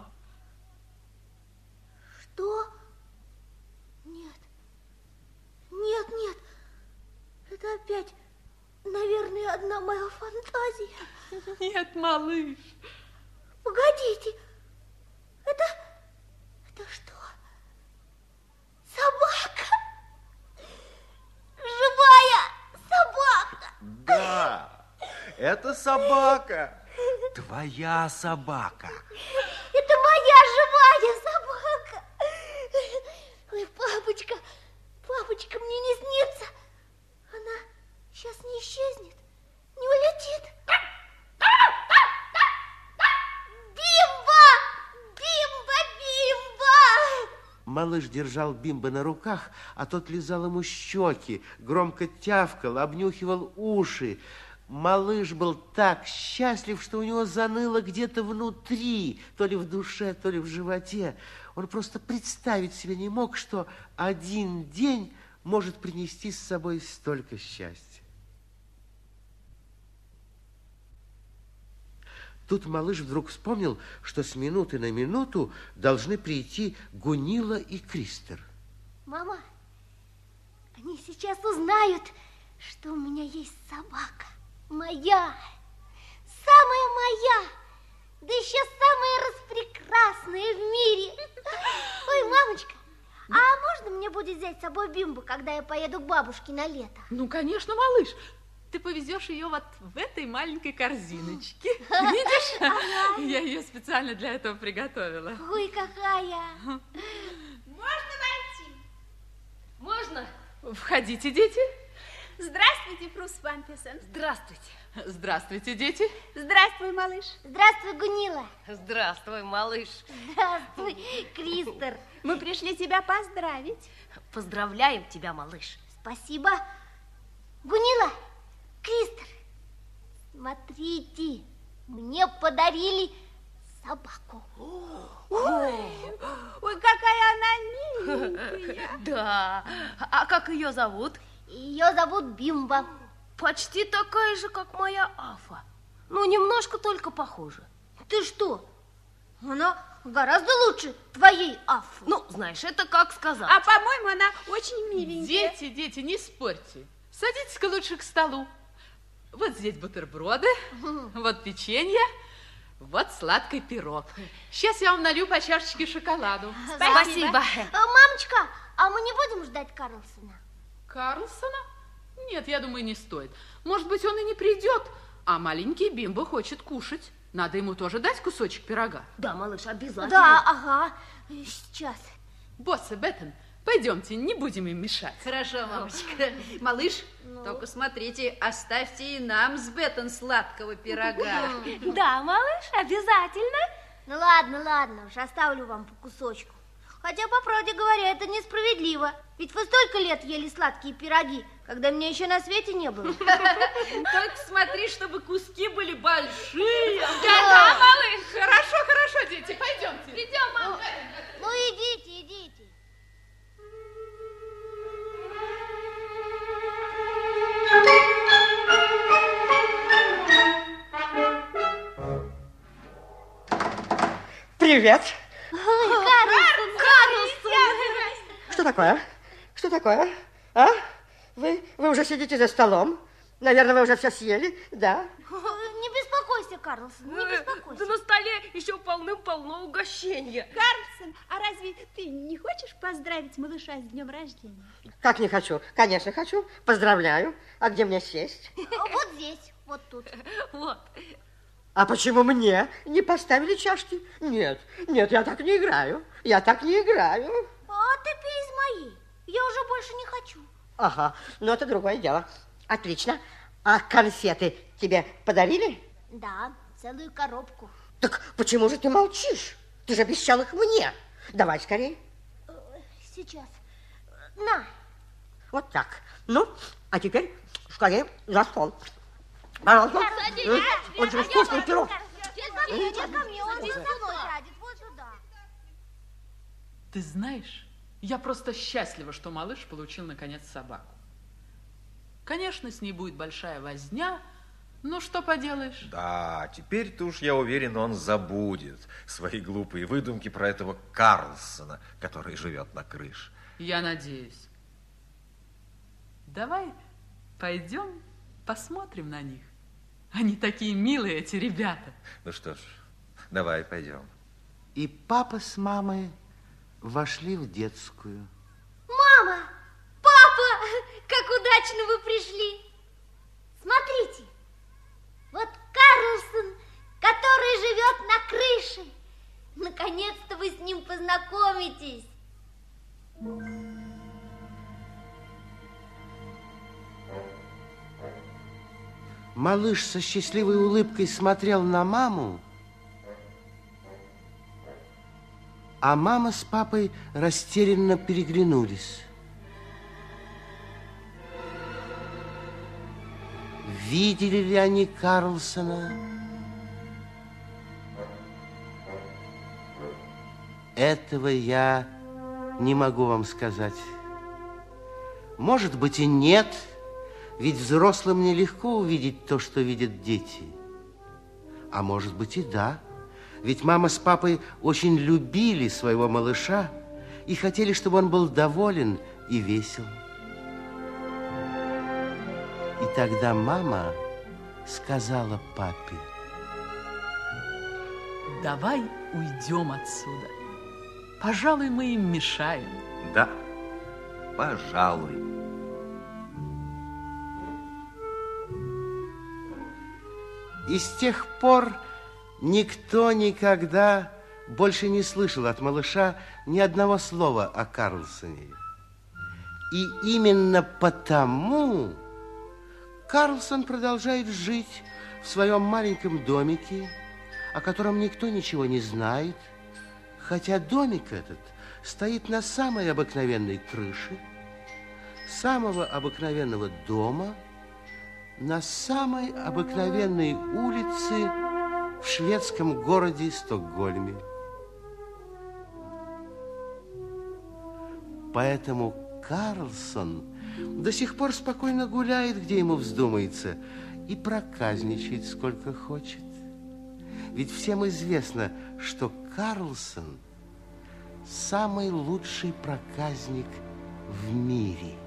Что? Нет. Нет, нет. Это опять, наверное, одна моя фантазия. Нет, малыш. Погодите. Это... Это что? Собака? Живая собака? Да, это собака. Твоя собака. Это моя живая собака. Ой, папочка, папочка, мне не снится. Она сейчас не исчезнет, не улетит. Бимба! Бимба! Бимба! Малыш держал Бимбо на руках, а тот лизал ему щеки, громко тявкал, обнюхивал уши. Малыш был так счастлив, что у него заныло где-то внутри, то ли в душе, то ли в животе. Он просто представить себе не мог, что один день может принести с собой столько счастья. Тут малыш вдруг вспомнил, что с минуты на минуту должны прийти Гунилла и Кристер. Мама, они сейчас узнают, что у меня есть собака. Моя, самая моя, да еще самая распрекрасная в мире. Ой, мамочка, а можно мне будет взять с собой Бимбу, когда я поеду к бабушке на лето? Ну, конечно, малыш. ты повезешь ее вот в этой маленькой корзиночке. Видишь? Я ее специально для этого приготовила. Ой, какая! Можно войти? Можно? Входите, дети. Здравствуйте, Фру Свамписон. Здравствуйте. Здравствуйте, дети. Здравствуй, малыш. Здравствуй, Гунила. Здравствуй, малыш. Здравствуй, Кристер. Мы пришли тебя поздравить. Поздравляем тебя, малыш. Спасибо. Гунила, Кристер, смотрите, мне подарили собаку. Ой, ой, какая она миленькая. Да. А как ее зовут? Ее зовут Бимба. Почти такая же, как моя Афа. Ну, немножко только похожа. Ты что? Она гораздо лучше твоей Афы. Ну, знаешь, это как сказать. А, по-моему, она очень миленькая. Дети, дети, не спорьте. Садитесь-ка лучше к столу. Вот здесь бутерброды, вот печенье, вот сладкий пирог. Сейчас я вам налью по чашечке шоколаду. Спасибо. А, мамочка, а мы не будем ждать Карлсона? Карлсона? Нет, я думаю, не стоит. Может быть, он и не придет, а маленький Бимбо хочет кушать. Надо ему тоже дать кусочек пирога. Да, малыш, обязательно. Да, ага, сейчас. Босс и Беттон, пойдемте, не будем им мешать. Хорошо, мамочка. Малыш, ну. только смотрите, оставьте и нам с Беттон сладкого пирога. Да, малыш, обязательно. Ну ладно, ладно, уж оставлю вам по кусочку. Хотя, по правде говоря, это несправедливо. Ведь вы столько лет ели сладкие пироги, когда меня еще на свете не было. Только смотри, чтобы куски были большие. Да, малыш. Хорошо, хорошо, дети, пойдемте. Идем, мама. Ну, идите, идите. Привет. Ой, Карлсон, Карлсон. Что такое? Что такое? А? Вы, вы уже сидите за столом? Наверное, вы уже все съели, да? Не беспокойся, Карлсон, не беспокойся. Да на столе еще полным-полно угощения. Карлсон, а разве ты не хочешь поздравить малыша с днем рождения? Как не хочу? Конечно, хочу. Поздравляю. А где мне сесть? Вот здесь, вот тут. Вот. А почему мне не поставили чашки? Нет, нет, я так не играю. Я так не играю. А ты пей из моей. Я уже больше не хочу. Ага, но это другое дело. Отлично. А конфеты тебе подарили? Да, целую коробку. Так почему же ты молчишь? Ты же обещал их мне. Давай скорее. Сейчас. На. Вот так. Ну, а теперь скорее за стол. Пожалуйста. Садись. Очень вкусный пирог. Иди ко мне, он здесь со мной сядет. Вот сюда. Ты знаешь, я просто счастлива, что малыш получил, наконец, собаку. Конечно, с ней будет большая возня, но что поделаешь? Да, теперь-то уж, я уверен, он забудет свои глупые выдумки про этого Карлсона, который живет на крыше. Я надеюсь. Давай пойдем посмотрим на них. Они такие милые, эти ребята. Ну что ж, давай пойдем. И папа с мамой вошли в детскую. Мама! Папа! Как удачно вы пришли! Смотрите, вот Карлсон, который живет на крыше. Наконец-то вы с ним познакомитесь. Малыш со счастливой улыбкой смотрел на маму, а мама с папой растерянно переглянулись. Видели ли они Карлсона? Этого я не могу вам сказать. Может быть и нет, ведь взрослым нелегко увидеть то, что видят дети. А может быть и да, ведь мама с папой очень любили своего малыша и хотели, чтобы он был доволен и весел. И тогда мама сказала папе: давай уйдем отсюда. Пожалуй, мы им мешаем. Да, пожалуй. И с тех пор никто никогда больше не слышал от малыша ни одного слова о Карлсоне. И именно потому Карлсон продолжает жить в своем маленьком домике, о котором никто ничего не знает, хотя домик этот стоит на самой обыкновенной крыше самого обыкновенного дома на самой обыкновенной улице в шведском городе Стокгольме. Поэтому Карлсон до сих пор спокойно гуляет, где ему вздумается, и проказничает, сколько хочет. Ведь всем известно, что Карлсон самый лучший проказник в мире.